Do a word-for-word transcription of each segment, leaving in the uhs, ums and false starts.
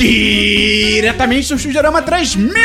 Diretamente do Chujarama três mil!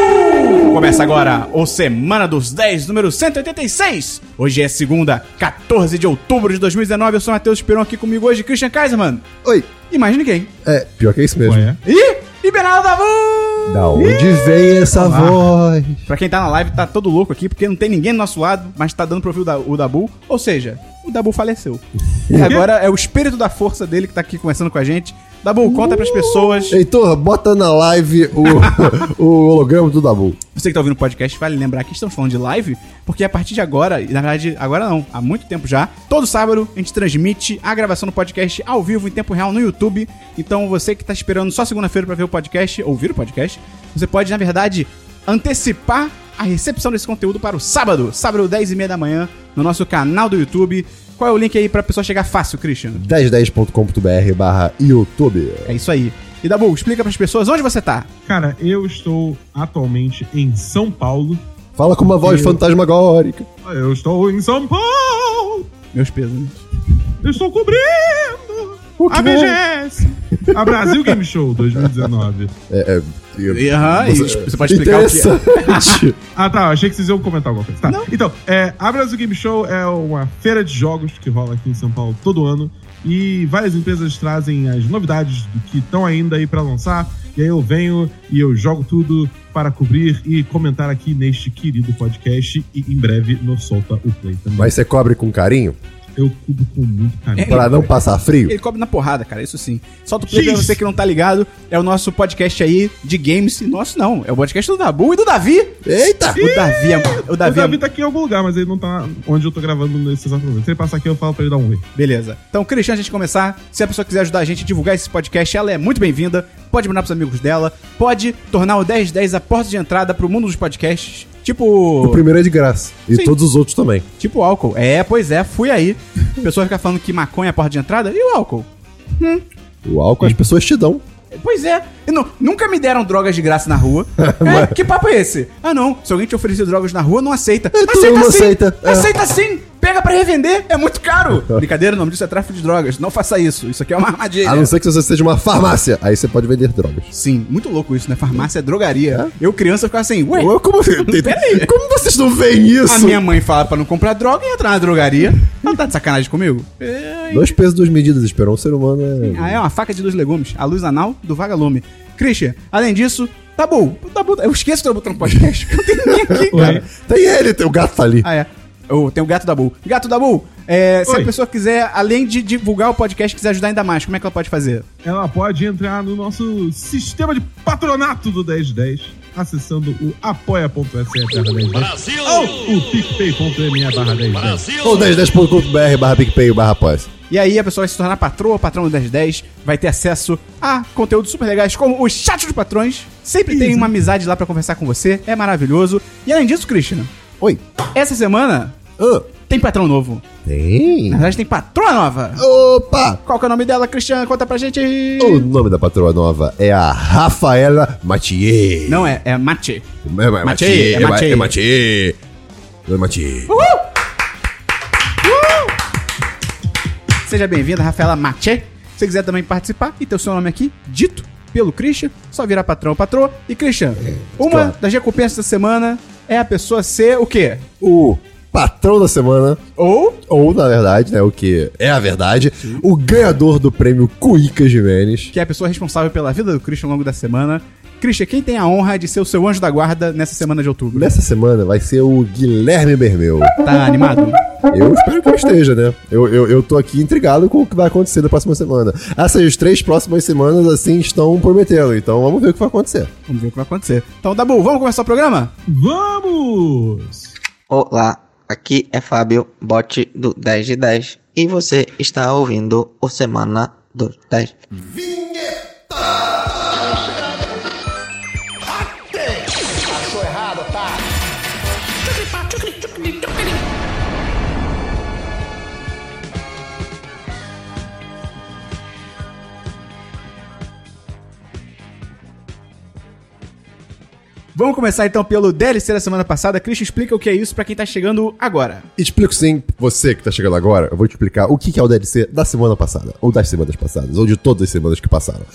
Começa agora o Semana dos dez, número cento e oitenta e seis. Hoje é segunda, quatorze de outubro de dois mil e dezenove. Eu sou o Matheus Esperon, aqui comigo hoje, Christian Kaiserman. Oi. E mais ninguém. É, pior que é isso mesmo. Ué? E, e Bernardo Dabu! Da onde vem essa Olá. voz? Pra quem tá na live, tá todo louco aqui, porque não tem ninguém do nosso lado, mas tá dando pra ouvir o, da, o Dabu. Ou seja, o Dabu faleceu. E agora é o espírito da força dele que tá aqui conversando com a gente. Dabu, conta pras pessoas. Heitor, bota na live o, o holograma do Dabu. Você que tá ouvindo o podcast, vale lembrar que estamos falando de live, porque a partir de agora, e na verdade, agora não, há muito tempo já, todo sábado a gente transmite a gravação do podcast ao vivo, em tempo real, no YouTube. Então você que tá esperando só segunda-feira pra ver o podcast, ouvir o podcast, você pode, na verdade, antecipar a recepção desse conteúdo para o sábado, sábado dez e meia da manhã, no nosso canal do YouTube. Qual é o link aí pra pessoa chegar fácil, Christian? dez dez ponto com ponto br barra YouTube. É isso aí. E Dabu, explica pras pessoas onde você tá. Cara, eu estou atualmente em São Paulo. Fala com uma voz Eu- fantasmagórica. Eu estou em São Paulo. Meus pesos. Eu estou cobrindo O quê? a B G S. A Brasil Game Show dois mil e dezenove. É, é, E, aham, e Você- você pode explicar o que é. Interessante. Ah, tá. Achei que vocês iam comentar alguma coisa. Tá. Não. Então, é, a Brasil Game Show é uma feira de jogos que rola aqui em São Paulo todo ano. E várias empresas trazem as novidades do que estão ainda aí pra lançar. E aí eu venho e eu jogo tudo para cobrir e comentar aqui neste querido podcast. E em breve no Solta o Play também. Mas você cobre com carinho? Eu cubro com muito carinho. Pra não passar frio? Ele cobre na porrada, cara, isso sim. Solta o play pra X. você que não tá ligado. É o nosso podcast aí de games. E nosso não, é o podcast do Dabu e do Davi. Eita! O Davi é... O O Davi, Davi é... tá aqui em algum lugar, mas ele não tá onde eu tô gravando nesse exato momento. Se ele passar aqui, eu falo pra ele dar um oi. Beleza. Então, Christian, antes de começar, se a pessoa quiser ajudar a gente a divulgar esse podcast, ela é muito bem-vinda. Pode mandar pros amigos dela. Pode tornar o dez dez a porta de entrada pro mundo dos podcasts. O Tipo... primeiro é de graça. E Sim. todos os outros também. Tipo álcool. É, pois é, fui aí. A pessoa fica falando que maconha é a porta de entrada. E o álcool? O álcool as pessoas te dão. Pois é. E nu- nunca me deram drogas de graça na rua. É, que papo é esse? Ah, não. Se alguém te oferecer drogas na rua, não aceita. É, todo aceita mundo sim. aceita, é. Aceita sim. Pega pra revender. É muito caro. Brincadeira, o nome disso é tráfico de drogas. Não faça isso. Isso aqui é uma armadilha. A não ser que você seja uma farmácia. Aí você pode vender drogas. Sim, muito louco isso, né? Farmácia é drogaria. Eu, criança, ficava assim, ué, Ué, como, Peraí. como vocês não veem isso? a minha mãe fala pra não comprar droga e entrar na drogaria. Ela tá de sacanagem comigo? É, Dois pesos, duas medidas. Esperar um ser humano é... Ah, é uma faca de dois legumes. A luz anal do vagalume. Christian, além disso, tá bom. Tá bom. Eu esqueço que eu tô botando podcast. Não tem ninguém aqui, cara. Tem ele, tem o gato tá ali. Ah, é. Oh, tem o Gato Dabu. Gato Dabu, é, se Oi. a pessoa quiser, além de divulgar o podcast, quiser ajudar ainda mais, como é que ela pode fazer? Ela pode entrar no nosso sistema de patronato do dez dez, acessando o apoia.se barra dez dez ou o picpay.me barra dez dez. Ou dez dez ponto com ponto br barra PicPay barra após. E aí a pessoa vai se tornar patroa ou patrão do dez dez, vai ter acesso a conteúdos super legais, como o chat dos patrões. Sempre tem uma amizade lá pra conversar com você, é maravilhoso. E além disso, Christian, Oi. essa semana Ah, tem patrão novo. tem. Na verdade, tem patroa nova. Opa! Qual que é o nome dela, Christian? Conta pra gente. O nome da patroa nova é a Rafaela Mathieu. Não é, é Mate. É, é Mathieu, Mathieu. é É Ma- Mathieu. é Mathieu. É Mathieu. Seja bem-vinda, Rafaela Mathieu. Se você quiser também participar e ter o seu nome aqui dito pelo Christian, só virar patrão ou patroa. E Christian, uma claro. das recompensas da semana é a pessoa ser o quê? O patrão da semana, Ou ou na verdade, né, o que é a verdade, o ganhador do prêmio Cuica Jimenez. que é a pessoa responsável pela vida do Christian ao longo da semana. Christian, quem tem a honra de ser o seu anjo da guarda nessa semana de outubro? Nessa semana vai ser o Guilherme Bermeu. Tá animado? Eu espero que eu esteja, né? Eu, eu, eu tô aqui intrigado com o que vai acontecer na próxima semana. Essas três próximas semanas, assim, estão prometendo. Então vamos ver o que vai acontecer. Vamos ver o que vai acontecer. Então, Dabu, vamos começar o programa? Vamos! Olá, aqui é Fábio, bot do dez de dez, e você está ouvindo o Semana dos dez. Vamos começar então pelo D L C da semana passada. Christian, explica o que é isso pra quem tá chegando agora. Explico sim, você que tá chegando agora, eu vou te explicar o que é o D L C da semana passada, ou das semanas passadas, ou de todas as semanas que passaram.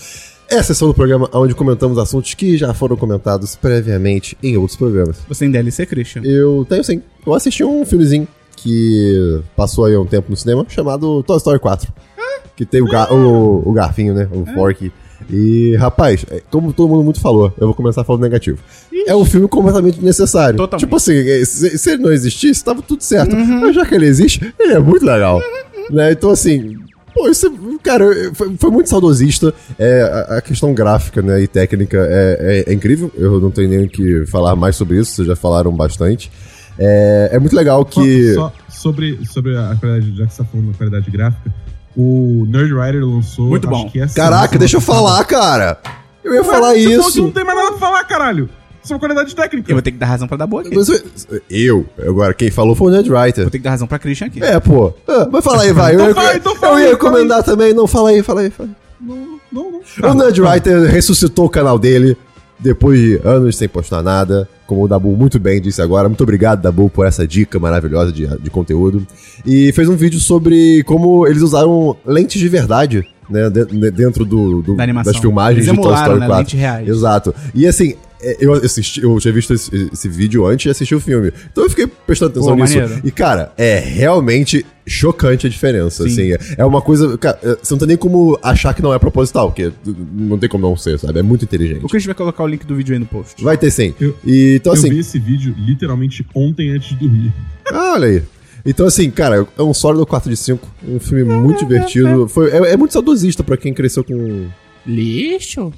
é a sessão do programa onde comentamos assuntos que já foram comentados previamente em outros programas. Você tem D L C, Christian? Eu tenho sim. Eu assisti um filmezinho que passou aí há um tempo no cinema, chamado Toy Story quatro. Ah, que tem o, ga- ah. o, o garfinho, né? O ah. fork. E, rapaz, como todo mundo muito falou, eu vou começar falando negativo. Ixi. É um filme completamente desnecessário. Totalmente. Tipo assim, se, se ele não existisse, tava tudo certo. Uhum. Mas já que ele existe, ele é muito legal. Uhum. Né? Então, assim... Pô, isso, cara, foi, foi muito saudosista. É, a, a questão gráfica, né, e técnica é, é, é incrível. Eu não tenho nem o que falar mais sobre isso, vocês já falaram bastante. É, é muito legal que... Só, só sobre, sobre a qualidade, já que você tá falando da qualidade gráfica, o Nerdwriter lançou... Muito bom. Que essa Caraca, deixa eu falar, cara. Eu ia Ué, falar você isso. Você falou que não tem mais nada pra falar, caralho. Isso é uma qualidade técnica. Eu vou ter que dar razão pra Dabu aqui. Mas eu, agora, quem falou foi o Nerdwriter. Vou ter que dar razão pra Christian aqui. É, pô. Ah, mas fala aí, vai. então eu, fala, eu, então fala eu aí, ia fala recomendar aí. também. Não, fala aí, fala aí. Fala aí. Não, não, não. O Nerdwriter ressuscitou o canal dele depois de anos sem postar nada. Como o Dabu muito bem disse agora. Muito obrigado, Dabu, por essa dica maravilhosa de, de conteúdo. E fez um vídeo sobre como eles usaram lentes de verdade, né, dentro do, do, da das filmagens de Toy Story, né, quatro. Lentes reais. Exato. E assim, eu, assisti, eu tinha visto esse, esse vídeo antes de assistir o filme. Então eu fiquei prestando atenção Pô, nisso. Maneiro. E, cara, é realmente chocante a diferença. Assim, é, é uma coisa... Cara, você não tem nem como achar que não é proposital, porque não tem como não ser, sabe? É muito inteligente. O Christian vai colocar o link do vídeo aí no post. Vai ter sim. Eu, e, então, eu assim, vi esse vídeo literalmente ontem antes de dormir. Ah, olha aí. Então, assim, cara, é um sólido quatro de cinco. Um filme muito divertido. Foi, é, é muito saudosista pra quem cresceu com... Lixo?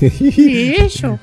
Lixo?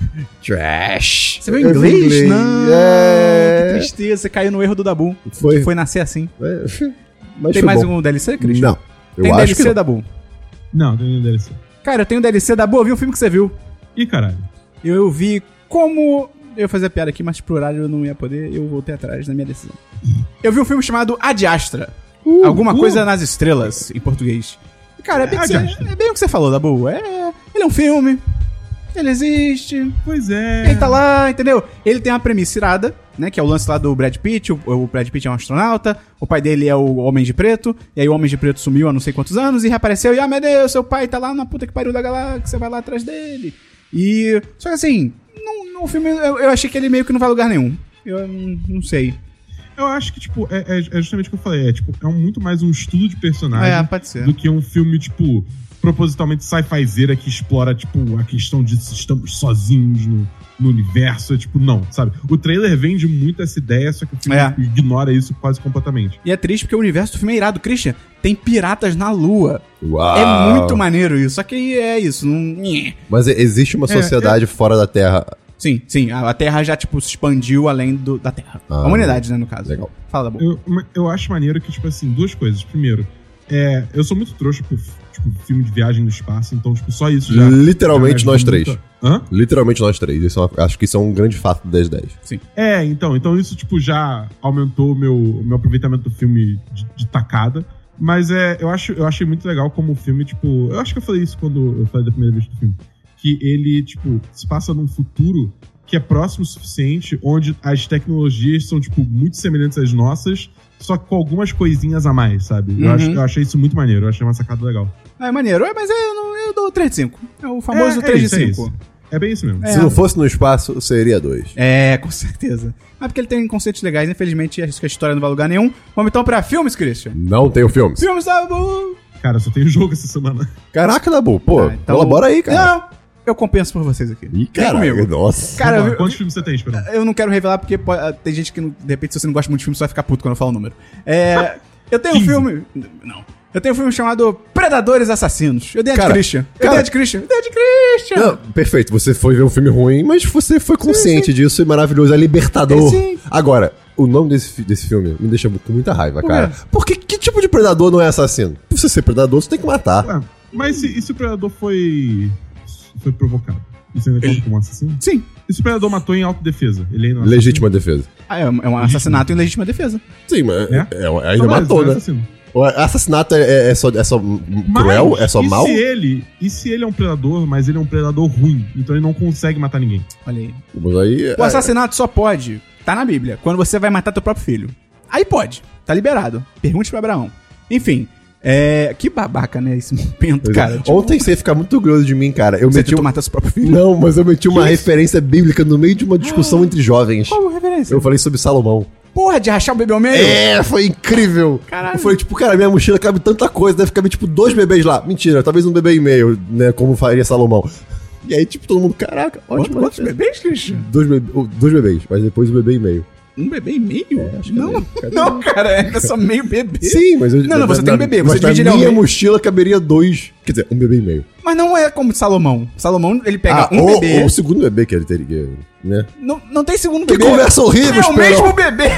Trash. Você viu em inglês? inglês? Não, é... que tristeza. Você caiu no erro do Dabu. Foi. Que foi nascer assim. É. Mas tem mais bom. um D L C, Christian? Não. Eu tem acho D L C, que não. Dabu? Não, tem um D L C. Cara, eu tenho um D L C, Dabu. Eu vi um filme que você viu. Ih, caralho. Eu vi como... Eu ia fazer a piada aqui, mas pro horário eu não ia poder. Eu voltei atrás na minha decisão. Eu vi um filme chamado Ad Astra. Uh, Alguma uh. coisa nas estrelas, em português. E, cara, é bem, é, você, é bem o que você falou, Dabu. É, ele é um filme. Ele existe. Pois é. Ele tá lá, entendeu? Ele tem uma premissa irada, né? Que é o lance lá do Brad Pitt. O, o Brad Pitt é um astronauta. O pai dele é o Homem de Preto. E aí o Homem de Preto sumiu há não sei quantos anos e reapareceu. E, ah, meu Deus, seu pai tá lá na puta que pariu da galáxia. Você vai lá atrás dele. E... Só que assim... No filme, eu, eu achei que ele meio que não vai a lugar nenhum. Eu não, não sei. Eu acho que, tipo, é, é justamente o que eu falei. É, tipo, é um, muito mais um estudo de personagem é, pode ser. do que um filme, tipo, propositalmente sci-fizeira que explora, tipo, a questão de se estamos sozinhos no, no universo. É, tipo, não, sabe? O trailer vende muito essa ideia, só que o filme é. ignora isso quase completamente. E é triste porque o universo do filme é irado. Christian, tem piratas na Lua. Uau. É muito maneiro isso. Só que é isso. Não... Mas existe uma sociedade é, é... fora da Terra... Sim, sim. A Terra já, tipo, se expandiu além do, da Terra. Ah, a humanidade, né, no caso. Legal. Fala, Dabu. Eu, eu acho maneiro que, tipo assim, duas coisas. Primeiro, é, eu sou muito trouxa por, tipo, filme de viagem no espaço, então, tipo, só isso já... Literalmente já nós três. Muita... Hã? Literalmente nós três. Isso é uma, acho que isso é um grande fato do dez de dez. Sim. É, então, então isso, tipo, já aumentou o meu, meu aproveitamento do filme de, de tacada. Mas é, eu, acho, eu achei muito legal como o filme, tipo... Eu acho que eu falei isso quando eu falei da primeira vez do filme. Que ele, tipo, se passa num futuro que é próximo o suficiente, onde as tecnologias são, tipo, muito semelhantes às nossas, só que com algumas coisinhas a mais, sabe? Uhum. Eu, acho, eu achei isso muito maneiro, eu achei uma sacada legal. É maneiro, é, mas eu, não, eu dou três de cinco. É o famoso é, três de cinco. É, é bem isso mesmo. É. Se não fosse no espaço, seria dois. É, com certeza. Mas porque ele tem conceitos legais, infelizmente, acho que a história não vai a lugar nenhum. Vamos então pra filmes, Christian? Não tenho filmes. Filmes, Dabu! Cara, só tem jogo essa semana. Caraca, Dabu, pô, ah, então... colabora aí, cara. Não! Eu compenso por vocês aqui. Ih, caralho, nossa. Cara, eu, quantos filmes você tem, Esperão? Eu não quero revelar porque pode, tem gente que, de repente, se você não gosta muito de filme, você vai ficar puto quando eu falo o número. É, eu tenho um filme... Não. Eu tenho um filme chamado Predadores Assassinos. Eu dei a de Christian. Eu cara, dei a de Christian. Eu dei a de Christian. Não, perfeito. Você foi ver um filme ruim, mas você foi consciente sim, sim. disso. É maravilhoso. É libertador. É, sim. Agora, o nome desse, desse filme me deixa com muita raiva, Por cara. Porque que tipo de predador não é assassino? Pra você ser predador, você tem que matar. É, mas se, e se o predador foi... foi provocado? Isso ainda conta como um assassino? Sim. E se o predador matou em autodefesa? Ele ainda não é legítima defesa. Ah, é um assassinato em legítima defesa. Sim, mas é? É, é, ainda não, matou, né? O assassinato é, é só, é só cruel? Mas, é só e mal? Se ele, e se ele é um predador, mas ele é um predador ruim? Então ele não consegue matar ninguém. Olha aí. Mas aí o assassinato é... só pode, tá na Bíblia, quando você vai matar teu próprio filho. Aí pode, tá liberado. Pergunte pra Abraão. Enfim, É, que babaca, né? Esse momento, cara. É. Tipo, Ontem você ia ficar muito orgulhoso de mim, cara. Eu você meti tentou um... matar seu próprio filho? Não, mas eu meti uma referência bíblica no meio de uma discussão entre jovens. Qual referência? Eu falei sobre Salomão. Porra, de rachar o bebê ao meio? É, foi incrível. Caralho. Eu falei, tipo, cara, minha mochila cabe tanta coisa, deve caber, tipo, dois bebês lá. Mentira, talvez um bebê e meio, né, como faria Salomão. E aí, tipo, todo mundo, caraca, ótimo. Quantos bebês, Christian? Dois, bebê, dois bebês, mas depois o bebê e meio. Um bebê e meio? acho que é não, meio. Cadê? não, cara, é só meio bebê. Sim, mas... Eu, Não, não, você na, tem um bebê, você mas divide ele na ao minha meio. mochila caberia dois, quer dizer, um bebê e meio. Mas não é como Salomão. Salomão, ele pega Ah, um ou, bebê... ou o segundo bebê que ele teria, né? Não, não tem segundo Que bebê. conversa horrível, É o Esperão. mesmo bebê.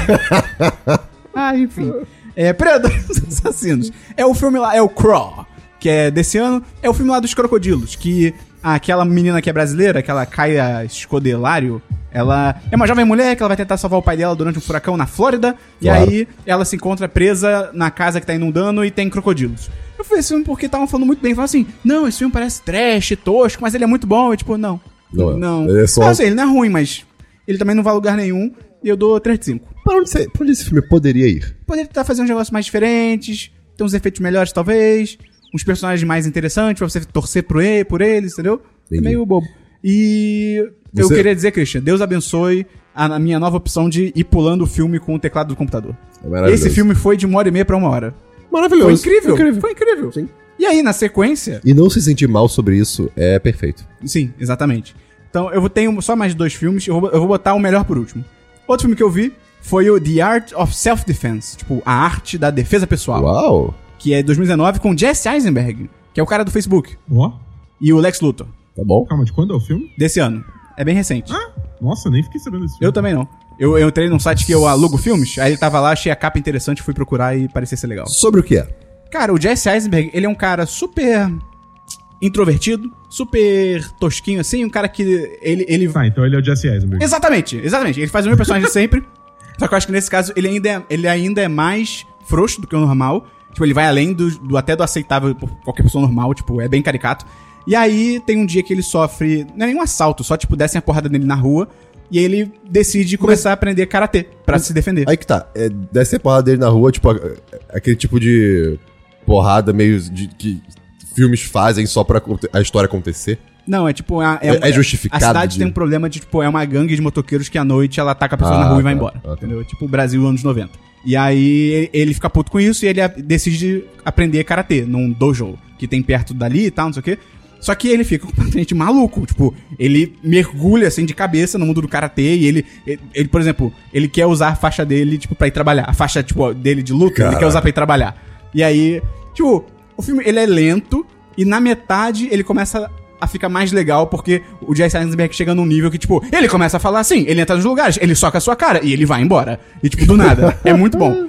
Ah, enfim. É, Predadores Assassinos. É o filme lá, é o Craw, que é desse ano. É o filme lá dos crocodilos, que aquela menina que é brasileira, aquela Caia Escodelário, ela é uma jovem mulher que ela vai tentar salvar o pai dela durante um furacão na Flórida. Claro. E aí ela se encontra presa na casa que tá inundando e tem crocodilos. Eu fui esse filme porque estavam falando muito bem. Falaram assim, não, esse filme parece trash, tosco, mas ele é muito bom. E tipo, não. Não é. Não. Ele é só- Eu não sei, ele não é ruim, mas ele também não vai a lugar nenhum. E eu dou três de cinco. Pra onde, você, pra onde esse filme poderia ir? Poderia estar fazendo uns negócios mais diferentes, ter uns efeitos melhores, talvez, uns personagens mais interessantes pra você torcer por, ele, por eles, entendeu? Entendi. É meio bobo. E eu Você- queria dizer, Christian, Deus abençoe a, a minha nova opção de ir pulando o filme com o teclado do computador. É maravilhoso. Esse filme foi de uma hora e meia pra uma hora. Maravilhoso. Foi incrível. incrível. Foi incrível. Sim. E aí, na sequência... E não se sentir mal sobre isso é perfeito. Sim, exatamente. Então, eu vou- tenho só mais dois filmes, eu vou, eu vou botar o melhor por último. Outro filme que eu vi foi o The Art of Self-Defense, tipo, a arte da defesa pessoal. Uau. Que é de dois mil e dezenove, com Jesse Eisenberg, que é o cara do Facebook, Ó, e o Lex Luthor, Tá bom? calma, de quando é o filme? desse ano. É bem recente. Ah, nossa, nem fiquei sabendo desse filme. Eu também não. Eu, eu entrei num site que eu alugo filmes, aí ele tava lá, achei a capa interessante, fui procurar e parecia ser legal. Sobre o que é? Cara, o Jesse Eisenberg, ele é um cara super introvertido, super tosquinho assim, um cara que ele... ele... Tá, então ele é o Jesse Eisenberg. Exatamente, exatamente. Ele faz o mesmo personagem de sempre, só que eu acho que nesse caso ele ainda é, ele ainda é mais frouxo do que o normal. Tipo, ele vai além do, do até do aceitável por qualquer pessoa normal, tipo, é bem caricato. E aí tem um dia que ele sofre, não é nenhum assalto, só tipo, descem a porrada nele na rua e ele decide começar a aprender karatê pra se defender. Aí que tá. É, desce a porrada dele na rua, tipo, a- aquele tipo de porrada meio de, que filmes fazem só pra aconte- a história acontecer. Não, é tipo... É, É- é justificado A cidade de- tem um problema de, tipo, é uma gangue de motoqueiros que à noite ela ataca a pessoa Ah, na rua e vai tá. embora. Ah, tá. Entendeu? Tipo o Brasil anos noventa. E aí ele, ele fica puto com isso e ele a- decide aprender karatê num dojo que tem perto dali e tal, não sei o quê. Só que ele fica completamente maluco. Tipo, ele mergulha assim de cabeça no mundo do karatê e ele, ele, ele, por exemplo, ele quer usar a faixa dele, tipo, pra ir trabalhar. A faixa, tipo, dele de luta, ele Caraca. quer usar pra ir trabalhar. E aí, tipo, o filme, ele é lento e na metade ele começa a ficar mais legal porque o Jesse Eisenberg chega num nível que, tipo, ele começa a falar assim, ele entra nos lugares, ele soca a sua cara e ele vai embora. E, tipo, do nada. É muito bom.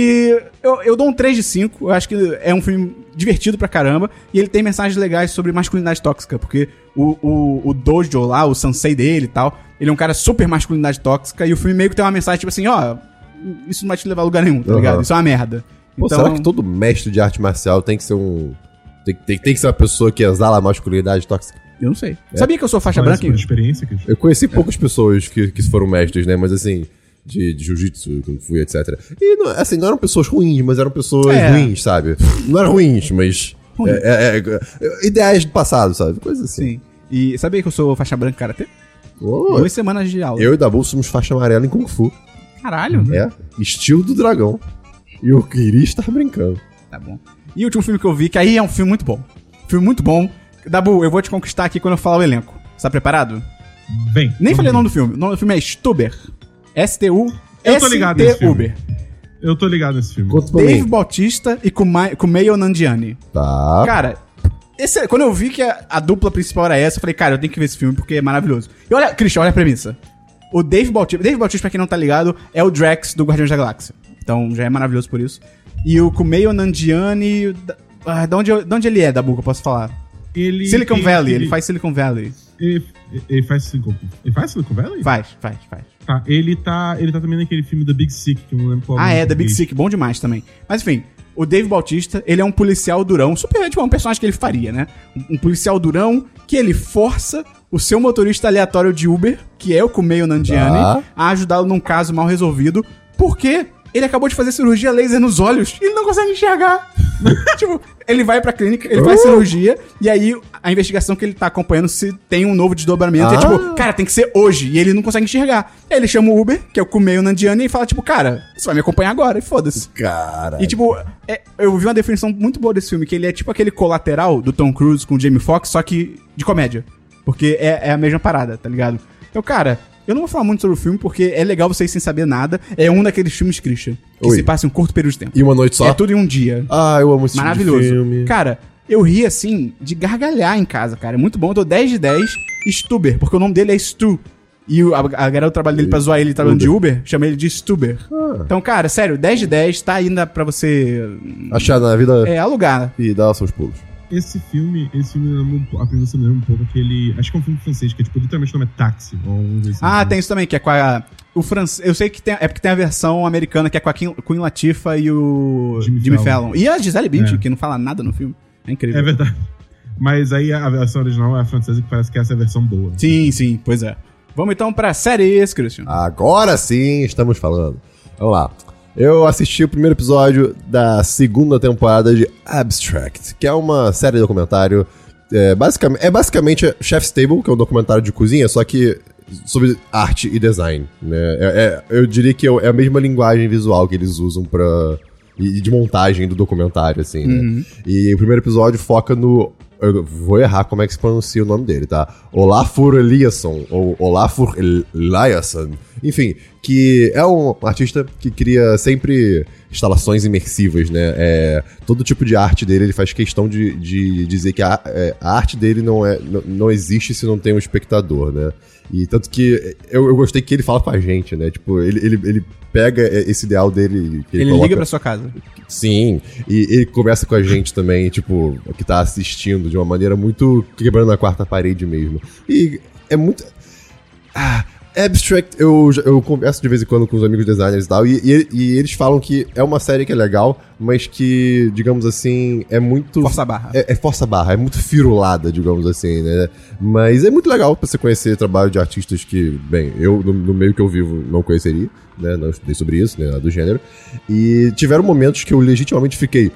E eu, eu dou um três de cinco, eu acho que é um filme divertido pra caramba, e ele tem mensagens legais sobre masculinidade tóxica, porque o, o, o dojo lá, o sensei dele e tal, ele é um cara super masculinidade tóxica, e o filme meio que tem uma mensagem tipo assim, ó, isso não vai te levar a lugar nenhum, tá Uhum. ligado? Isso é uma merda. Pô, Então, será que todo mestre de arte marcial tem que ser um... Tem, tem, tem que ser uma pessoa que exala a masculinidade tóxica? eu não sei. Sabia que eu sou faixa Fala essa branca? por experiência, Cris. Eu conheci poucas pessoas que, que foram mestres, né? Mas assim, de, de jiu-jitsu, kung fu, etcétera. E não, assim, não eram pessoas ruins, mas eram pessoas É. ruins, sabe? Não eram ruins, mas... Ruim. é- é- é- ideais do passado, sabe? Coisa assim. Sim. E sabia que eu sou faixa branca em karatê? Ô, Duas semanas de aula. eu e Dabu somos faixa amarela em kung fu. Caralho. É, estilo do dragão. E eu queria estar brincando. Tá bom. E o último filme que eu vi, que aí é um filme muito bom. Filme muito bom. Dabu, eu vou te conquistar aqui quando eu falar o elenco. Você tá preparado? Vem. Nem vamos falei o ver. nome do filme. O nome do filme é Stuber. S T U Eu tô ligado nesse S T Uber. Eu tô ligado nesse filme. Conta pra Dave mim. Bautista e Kuma- Kumail Nanjiani. Tá. Cara, esse, quando eu vi que a, a dupla principal era essa, eu falei, cara, eu tenho que ver esse filme porque é maravilhoso. E olha, Christian, olha a premissa. O Dave Bautista, Dave Bautista, pra quem não tá ligado, é o Drax do Guardiões da Galáxia. Então já é maravilhoso por isso. E o Kumail Nanjiani... Da, ah, de, onde, eu- de onde ele é, Dabu, que eu posso falar? Ele Silicon tem Valley, aquele- ele faz Silicon Valley. Ele, ele faz Silicon Ele faz Silicon Valley? Faz, faz, faz. Tá, ele tá, ele tá também naquele filme The Big Sick, que eu não lembro qual Ah, nome é, The Big português. Sick, bom demais também. Mas enfim, o Dave Bautista, ele é um policial durão, super, tipo, é um personagem que ele faria, né? Um, um policial durão que ele força o seu motorista aleatório de Uber, que é o Kumail Nanjiani, Tá. a ajudá-lo num caso mal resolvido, porque ele acabou de fazer cirurgia laser nos olhos e ele não consegue enxergar. Tipo, ele vai pra clínica, ele faz cirurgia, e aí a investigação que ele tá acompanhando se tem um novo desdobramento. Ah. É tipo, cara, tem que ser hoje. E ele não consegue enxergar. Aí ele chama o Uber, que é o Kumail Nanjiani, e fala, tipo, cara, você vai me acompanhar agora, e foda-se. Cara. E tipo, é, eu vi uma definição muito boa desse filme, que ele é tipo aquele Colateral do Tom Cruise com o Jamie Foxx, só que de comédia. Porque é, é a mesma parada, tá ligado? Então, cara, eu não vou falar muito sobre o filme, porque é legal vocês sem saber nada. É um daqueles filmes, Christian, que Oi. se passa em um curto período de tempo. E uma noite só? É tudo em um dia. Ah, eu amo esse tipo de Maravilhoso. filme. Cara, eu ri assim, de gargalhar em casa, cara. É muito bom. Eu dou dez de dez. Stuber, porque o nome dele é Stu. E o- a, a galera do trabalho dele pra zoar ele trabalhando de Uber, chama ele de Stuber. Ah. Então, cara, sério, dez de dez, tá ainda pra você Achar na vida é, alugar. e dar seus pulos. Esse filme, esse filme lembra um pouco- a premissa me lembra um pouco aquele. Acho que é um filme francês, que é tipo, literalmente o nome é Táxi. Ou um desses, Ah, né? tem isso também, que é com a... O francês, eu sei que tem, é porque tem a versão americana que é com a Queen Queen Latifah e o Jimmy Jimmy, Fallon. Fallon. E a Gisele Bündchen, É. que não fala nada no filme. É incrível. É verdade. Mas aí a versão original é a francesa, que parece que essa é a versão boa. Sim, sim, pois é. Vamos então pra séries, Christian. Agora sim estamos falando. Vamos lá. Eu assisti o primeiro episódio da segunda temporada de Abstract, que é uma série de documentário. É basicamente, é basicamente Chef's Table, que é um documentário de cozinha, só que sobre arte e design. Né? É, é- eu diria que é a mesma linguagem visual que eles usam pra. E de montagem do documentário, assim, né? E o primeiro episódio foca no. Eu vou errar como é que se pronuncia o nome dele, tá? Olafur Eliasson, ou Olafur Eliasson. Enfim, que é um artista que cria sempre instalações imersivas, né? É, todo tipo de arte dele, ele faz questão de, de dizer que a, é, a arte dele não, é, não, não existe se não tem um espectador, né? E tanto que eu, eu gostei que ele fala com a gente, né? Tipo, ele, ele, ele pega esse ideal dele... Que Ele, coloca- liga pra sua casa. Sim, e ele conversa com a gente também, tipo, que tá assistindo de uma maneira muito quebrando a quarta parede mesmo. E é muito. Ah, Abstract, eu, eu converso de vez em quando com os amigos designers e tal, e, e, e eles falam que é uma série que é legal, mas que, digamos assim, é muito. Força a barra. É, é força barra, é muito firulada, digamos assim, né? Mas é muito legal pra você conhecer trabalho de artistas que, bem, eu, no, no meio que eu vivo, não conheceria, né? Não estudei sobre isso, né? Do gênero. E tiveram momentos que eu legitimamente fiquei,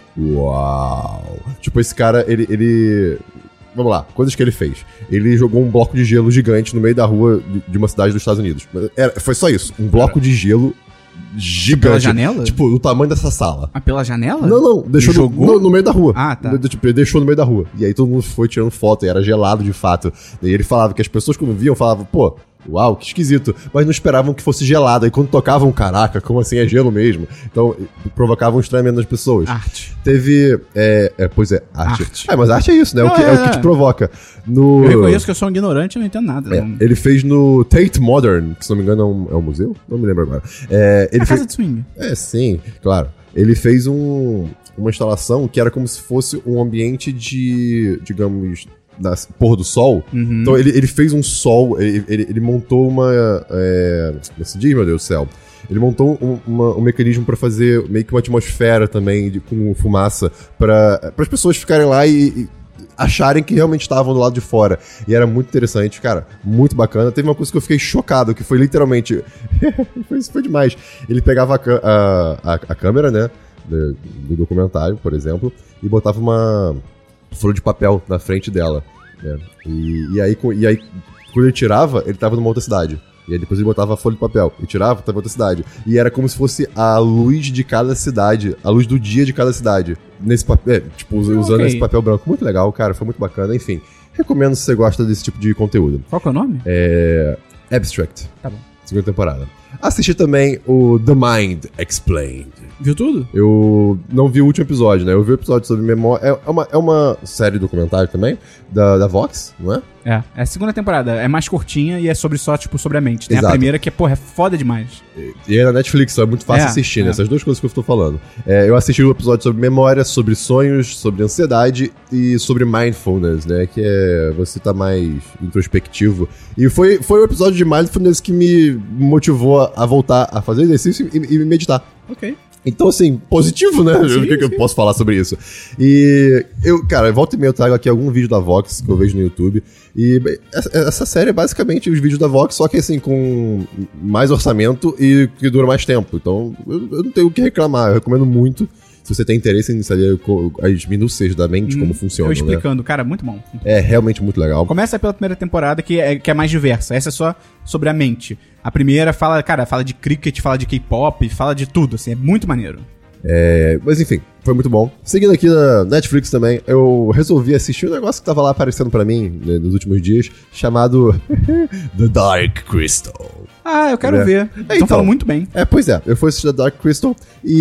uau! Tipo, esse cara, ele. ele... Vamos lá, coisas que ele fez. Ele jogou um bloco de gelo gigante no meio da rua de, de uma cidade dos Estados Unidos. Era, foi só isso, um bloco de gelo gigante. Pela janela? Tipo, do tamanho dessa sala. Ah, pela janela? Não, não, deixou no, Jogou? no, no meio da rua. Ah, tá. De- Tipo, ele deixou no meio da rua. E aí todo mundo foi tirando foto, e era gelado de fato. E ele falava que as pessoas quando viam falavam, pô, uau, que esquisito. Mas não esperavam que fosse gelado. E quando tocavam, caraca, como assim é gelo mesmo? Então, provocavam um estranhamento nas pessoas. Arte. Teve. É, é, pois é, arte. Arte. É, mas arte é isso, né? Não, o que, é, é, o que é. te provoca. No... Eu reconheço que eu sou um ignorante e não entendo nada. É, não... ele fez no Tate Modern, que se não me engano é um, é um museu? Não me lembro agora. É, ele A fez... casa de swing. É, sim, claro. Ele fez um, uma instalação que era como se fosse um ambiente de, digamos, da pôr do sol. Uhum. Então ele, ele fez um sol, ele, ele, ele montou uma... É, como se diz, meu Deus do céu? Ele montou um, uma- um mecanismo pra fazer meio que uma atmosfera também de, com fumaça para as pessoas ficarem lá e, e acharem que realmente estavam do lado de fora. E era muito interessante, cara, muito bacana. Teve uma coisa que eu fiquei chocado, que foi literalmente... foi, isso foi demais. Ele pegava a, ca- a, a, a câmera, né, do, do documentário, por exemplo, e botava uma folha de papel na frente dela, né? E, e, aí, co- e aí, quando ele tirava, ele tava numa outra cidade. E aí depois ele botava a folha de papel. E tirava, tava em outra cidade. E era como se fosse a luz de cada cidade. A luz do dia de cada cidade. Nesse papel, é, tipo, us- usando Ok. esse papel branco. Muito legal, cara. Foi muito bacana. Enfim, recomendo se você gosta desse tipo de conteúdo. Qual que é o nome? É... Abstract. Tá bom. Segunda temporada. Assisti também o The Mind Explained. Viu tudo? Eu não vi o último episódio, né? Eu vi o episódio sobre memória. É uma, é uma série documentário também, da, da Vox, não é? É, é a segunda temporada. É mais curtinha e é sobre só, tipo, sobre a mente. Tem Exato. a primeira que é, porra, é foda demais. E é na Netflix, então é muito fácil É, assistir, é. né? Essas duas coisas que eu estou falando. É, eu assisti o episódio sobre memória, sobre sonhos, sobre ansiedade e sobre mindfulness, né? Que é você tá mais introspectivo. E foi, foi o episódio de mindfulness que me motivou a voltar a fazer exercício e, e meditar. Ok. Então, assim, positivo, né? Sim, o que, que eu sim. posso falar sobre isso? E eu, cara, volta e meia eu trago aqui algum vídeo da Vox que eu vejo no YouTube. E bem, essa, essa série é basicamente os vídeos da Vox, só que assim, com mais orçamento e que dura mais tempo. Então, eu, eu não tenho o que reclamar, eu recomendo muito. se você tem interesse em saber co- as minúcias da mente, como funciona, Eu explicando, cara, muito bom. É realmente muito legal. Começa pela primeira temporada, que é, que é mais diversa. Essa é só sobre a mente. A primeira fala, cara, fala de cricket, fala de K-pop, fala de tudo, assim, é muito maneiro. É, mas enfim, foi muito bom. Seguindo aqui na Netflix também, eu resolvi assistir um negócio que tava lá aparecendo pra mim, né, nos últimos dias, chamado The Dark Crystal. Ah, eu quero É. ver. É, Estão então. falando muito bem. É, pois é, eu fui assistir The Dark Crystal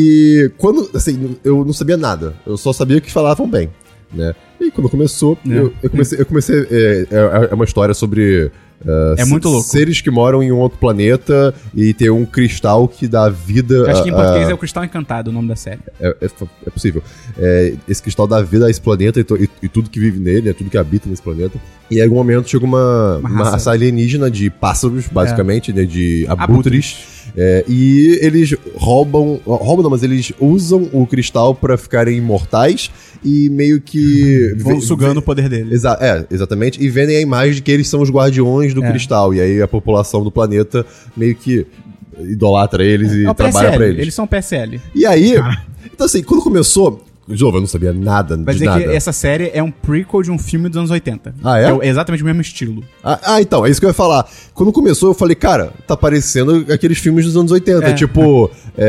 e quando, assim, eu não sabia nada, eu só sabia que falavam bem, né? E quando começou, É. eu, eu comecei, eu comecei é, é, é uma história sobre... Uh, É muito louco. Seres que moram em um outro planeta e tem um cristal que dá vida... Eu acho que em a- português a- é o Cristal Encantado, o nome da série. É, é, é possível. É, esse cristal dá vida a esse planeta e, to- e- e tudo que vive nele, né, tudo que habita nesse planeta. E em algum momento chega uma, Uma uma raça. raça alienígena de pássaros, basicamente, né, de abutres. Abutres. É, e eles roubam... Roubam não, mas eles usam o cristal pra ficarem imortais e meio que... Vão ve- sugando ve- o poder dele. Exa é, exatamente. E vendem a imagem de que eles são os guardiões do É. cristal. E aí a população do planeta meio que idolatra eles e É o trabalha P S L, pra eles. eles são P S L. E aí, então assim, quando começou, de novo, eu não sabia nada Vai de dizer nada. que essa série é um prequel de um filme dos anos oitenta. Ah, é? Que é o- exatamente o mesmo estilo. Ah, ah, então, é isso que eu ia falar. Quando começou, eu falei, cara, tá parecendo aqueles filmes dos anos oitenta, É. tipo,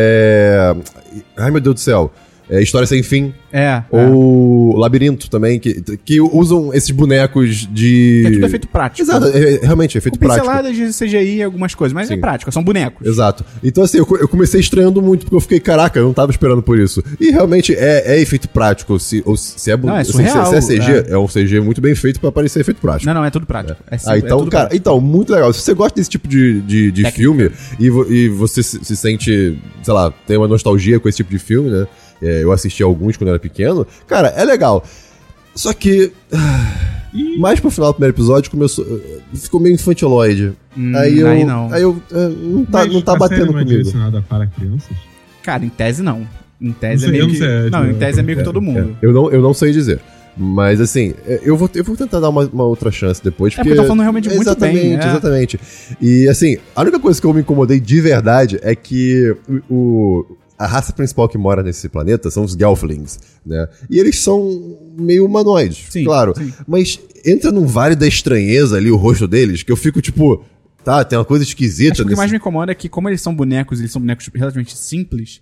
é... Ai, meu Deus do céu. É, História Sem Fim. É. é. Ou Labirinto também, que, que usam esses bonecos de... Que é tudo efeito prático. Exato, é, é, realmente, é efeito Com prático. pinceladas de C G I e algumas coisas, mas Sim. é prático, são bonecos. Exato. Então, assim, eu, co- eu comecei estranhando muito, porque eu fiquei, caraca, eu não tava esperando por isso. E realmente é, é efeito prático. Se, ou se é, bu- Não, é se- surreal, se, se é C G, é. é. um C G muito bem feito pra parecer efeito prático. Não, não, é tudo prático. É, Ah, é então, tudo cara, prático. então, muito legal. Se você gosta desse tipo de, de, de filme e, vo- e você se, se sente, sei lá, tem uma nostalgia com esse tipo de filme, né? É, eu assisti alguns quando eu era pequeno. Cara, é legal. Só que. ah, mais pro final do primeiro episódio começou. Ficou meio infantiloide. Hum, aí eu. aí não. Aí eu. é, não tá, Mas não tá a batendo série não é comigo. direcionada para crianças? Cara, em tese não. Em tese Não é sei, eu meio não que... sei, Não, tipo, em tese é meio que É, todo mundo. é. Eu, não, eu não sei dizer. Mas assim, é, eu vou, eu vou tentar dar uma, uma outra chance depois. É, porque tão falando realmente muito exatamente, bem, é. Exatamente. E assim, a única coisa que eu me incomodei de verdade é que o, o- a raça principal que mora nesse planeta são os Gelflings, né? E eles são meio humanoides, Sim, claro. sim. Mas entra num vale da estranheza ali o rosto deles, que eu fico tipo, tá, tem uma coisa esquisita Acho que o que nesse... mais me incomoda é que, como eles são bonecos, eles são bonecos relativamente simples,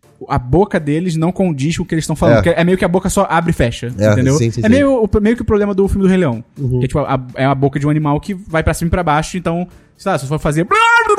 a boca deles não condiz com o que eles estão falando. É. porque É meio que a boca só abre e fecha, É, entendeu? sim, sim, é sim. meio, o- meio que o problema do filme do Rei Leão. Uhum. Que é, tipo, a, é a boca de um animal que vai pra cima e pra baixo, então, sei lá, se você for fazer...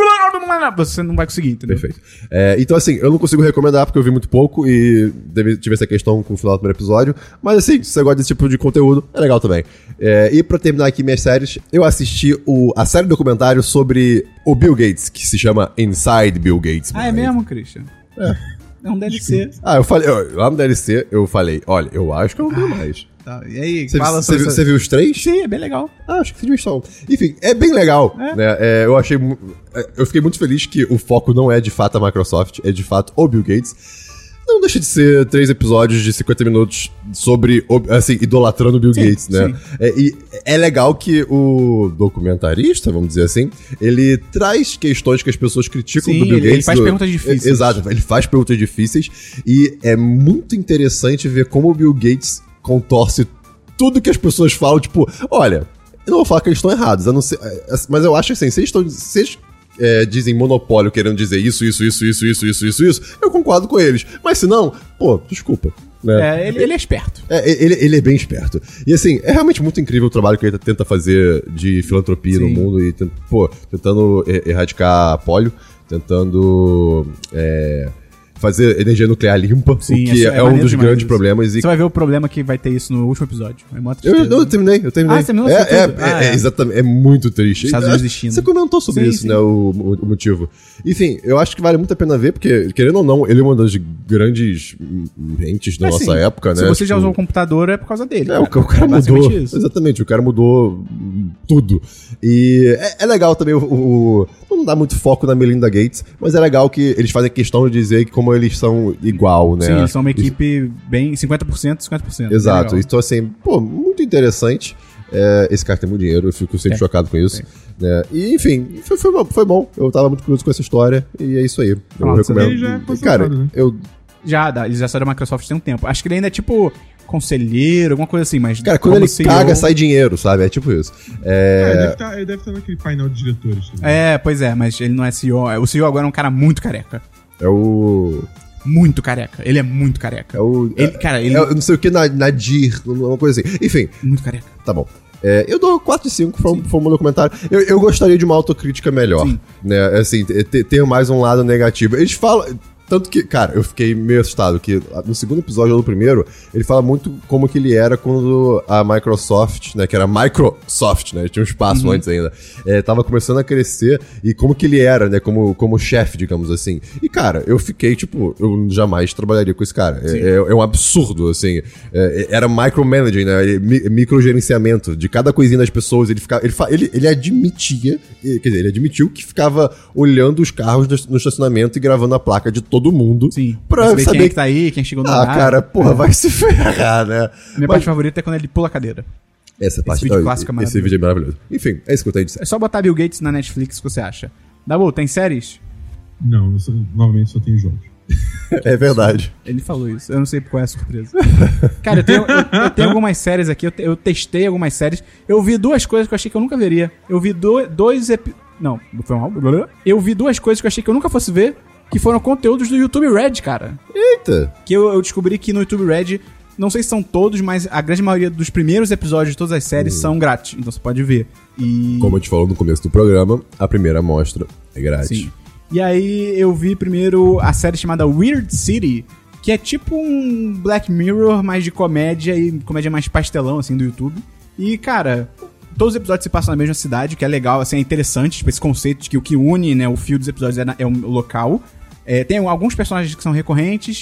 Você não vai conseguir, entendeu? Perfeito. É, então, assim, eu não consigo recomendar porque eu vi muito pouco e deve- tive essa questão com o final do primeiro episódio. Mas, assim, se você gosta desse tipo de conteúdo, é legal também. É, e pra terminar aqui minhas séries, eu assisti o, a série documentário sobre o Bill Gates, que se chama Inside Bill Gates. Ah, é Mind. mesmo, Christian? É. É um D L C. Ah, eu falei, ó, lá no D L C, eu falei, olha, eu acho que eu não tenho mais. Tá, e aí, Você fala você sobre... viu, você viu os três? Sim, é bem legal. Ah, acho que você viu só um. Enfim, é bem legal. É. Né? É, eu achei. mu- é, Eu fiquei muito feliz que o foco não é de fato a Microsoft, é de fato o Bill Gates. Não deixa de ser três episódios de cinquenta minutos sobre, o- assim, idolatrando o Bill Sim, Gates, né? sim. É, e é legal que o documentarista, vamos dizer assim, ele traz questões que as pessoas criticam Sim, do Bill ele- Gates. ele faz do- perguntas difíceis. É, exato, ele faz perguntas difíceis. E é muito interessante ver como o Bill Gates contorce tudo que as pessoas falam, tipo, olha, eu não vou falar que eles estão errados, eu não sei, é, mas eu acho assim, se eles estão. Se eles, é, dizem monopólio querendo dizer isso, isso, isso, isso, isso, isso, isso, isso, eu concordo com eles. Mas se não, pô, desculpa. Né? É, ele, ele é esperto. É, ele, ele é bem esperto. E assim, é realmente muito incrível o trabalho que ele tenta fazer de filantropia no Sim. mundo e, tent- pô, tentando e- erradicar polio, tentando é, fazer energia nuclear limpa, Sim, o que é- é é, um maneiro dos demais grandes isso. problemas. E Você vai ver o problema que vai ter isso no último episódio. É uma eu, tristeza. eu terminei, eu terminei. Ah, você terminou? É, Você é, tudo? é, Ah, é, é. exatamente, é muito triste. Estados Eu Unidos acho- destino. Você comentou sobre Sim, isso, sim. né, o, o- o motivo. Enfim, eu acho que vale muito a pena ver, porque, querendo ou não, ele é uma das grandes mentes da É, nossa assim, época, Se né? você já Tipo, usou o computador, é por causa dele. É, o, ca- o cara É basicamente mudou. isso. Exatamente, o cara mudou hum, tudo. E é, é legal também o, o- não dá muito foco na Melinda Gates, mas é legal que eles fazem questão de dizer que como eles são igual, né? Sim, eles são uma Isso- equipe bem cinquenta por cento, cinquenta por cento. Exato. É legal. Então, assim, pô, muito interessante. É, esse cara tem muito dinheiro, eu fico sempre É. chocado com isso. Né? E, enfim, foi, foi, bom, foi bom. Eu tava muito curioso com essa história e é isso aí. Eu Nossa, recomendo. ele já é Cara, conceituado, né? eu Já, dá, ele já saiu da Microsoft tem um tempo. Acho que ele ainda é tipo conselheiro, alguma coisa assim, mas... Cara, quando como ele C E O... caga, sai dinheiro, sabe? É tipo isso. É, ele, É... deve tá, ele deve estar naquele painel de diretores também. É, pois é, mas ele não é C E O. O C E O agora é um cara muito careca. é o... Muito careca. Ele é muito careca. É o... Ele, cara, ele... É, eu não sei o que, Nadir, uma coisa assim. Enfim, Muito careca. tá bom. É, eu dou quatro de cinco, foi, foi o meu comentário. Eu, eu gostaria de uma autocrítica melhor. Sim. Né? Assim, ter, ter mais um lado negativo. Eles falam... Tanto que, cara, eu fiquei meio assustado, que no segundo episódio ou no primeiro, ele fala muito como que ele era quando a Microsoft, né, que era Microsoft, né, tinha um espaço Uhum. antes ainda, é, tava começando a crescer, e como que ele era, né, como, como chefe, digamos assim. E, cara, eu fiquei, tipo, eu jamais trabalharia com esse cara. É, é, é um absurdo, assim. É, era micromanaging, né, mi, microgerenciamento de cada coisinha das pessoas. Ele, ficava, ele, fa- ele, ele admitia, quer dizer, ele admitiu que ficava olhando os carros no estacionamento e gravando a placa de todo mundo. Sim. Pra saber saber quem é que tá aí, quem chegou no Ah, lugar. cara, porra, vai se ferrar, né? Minha Mas parte favorita é quando ele pula a cadeira. essa parte vídeo oh, clássico é esse maravilhoso. vídeo é maravilhoso. Enfim, é isso que eu tenho de dizer. É só botar Bill Gates na Netflix que você acha. Dabu, tem séries? Não, eu só, novamente só tenho jogos. É verdade. Ele falou isso. Eu não sei qual é a surpresa. Cara, eu tenho, eu, eu tenho algumas séries aqui. Eu, te- eu testei algumas séries. Eu vi duas coisas que eu achei que eu nunca veria. Eu vi do, dois epi... Não, foi mal. Eu vi duas coisas que eu achei que eu nunca fosse ver, que foram conteúdos do YouTube Red, cara. Eita. Que eu, eu descobri que no YouTube Red, não sei se são todos, mas a grande maioria dos primeiros episódios de todas as séries são grátis. Então você pode ver. E... Como a gente falou no começo do programa, a primeira amostra é grátis. Sim. E aí eu vi primeiro a série chamada Weird City, que é tipo um Black Mirror, mais de comédia e comédia mais pastelão, assim, do YouTube. E, cara, todos os episódios se passam na mesma cidade, que é legal, assim, é interessante, tipo, esse conceito de que o que une, né, o fio dos episódios é, na, é o local. É, tem alguns personagens que são recorrentes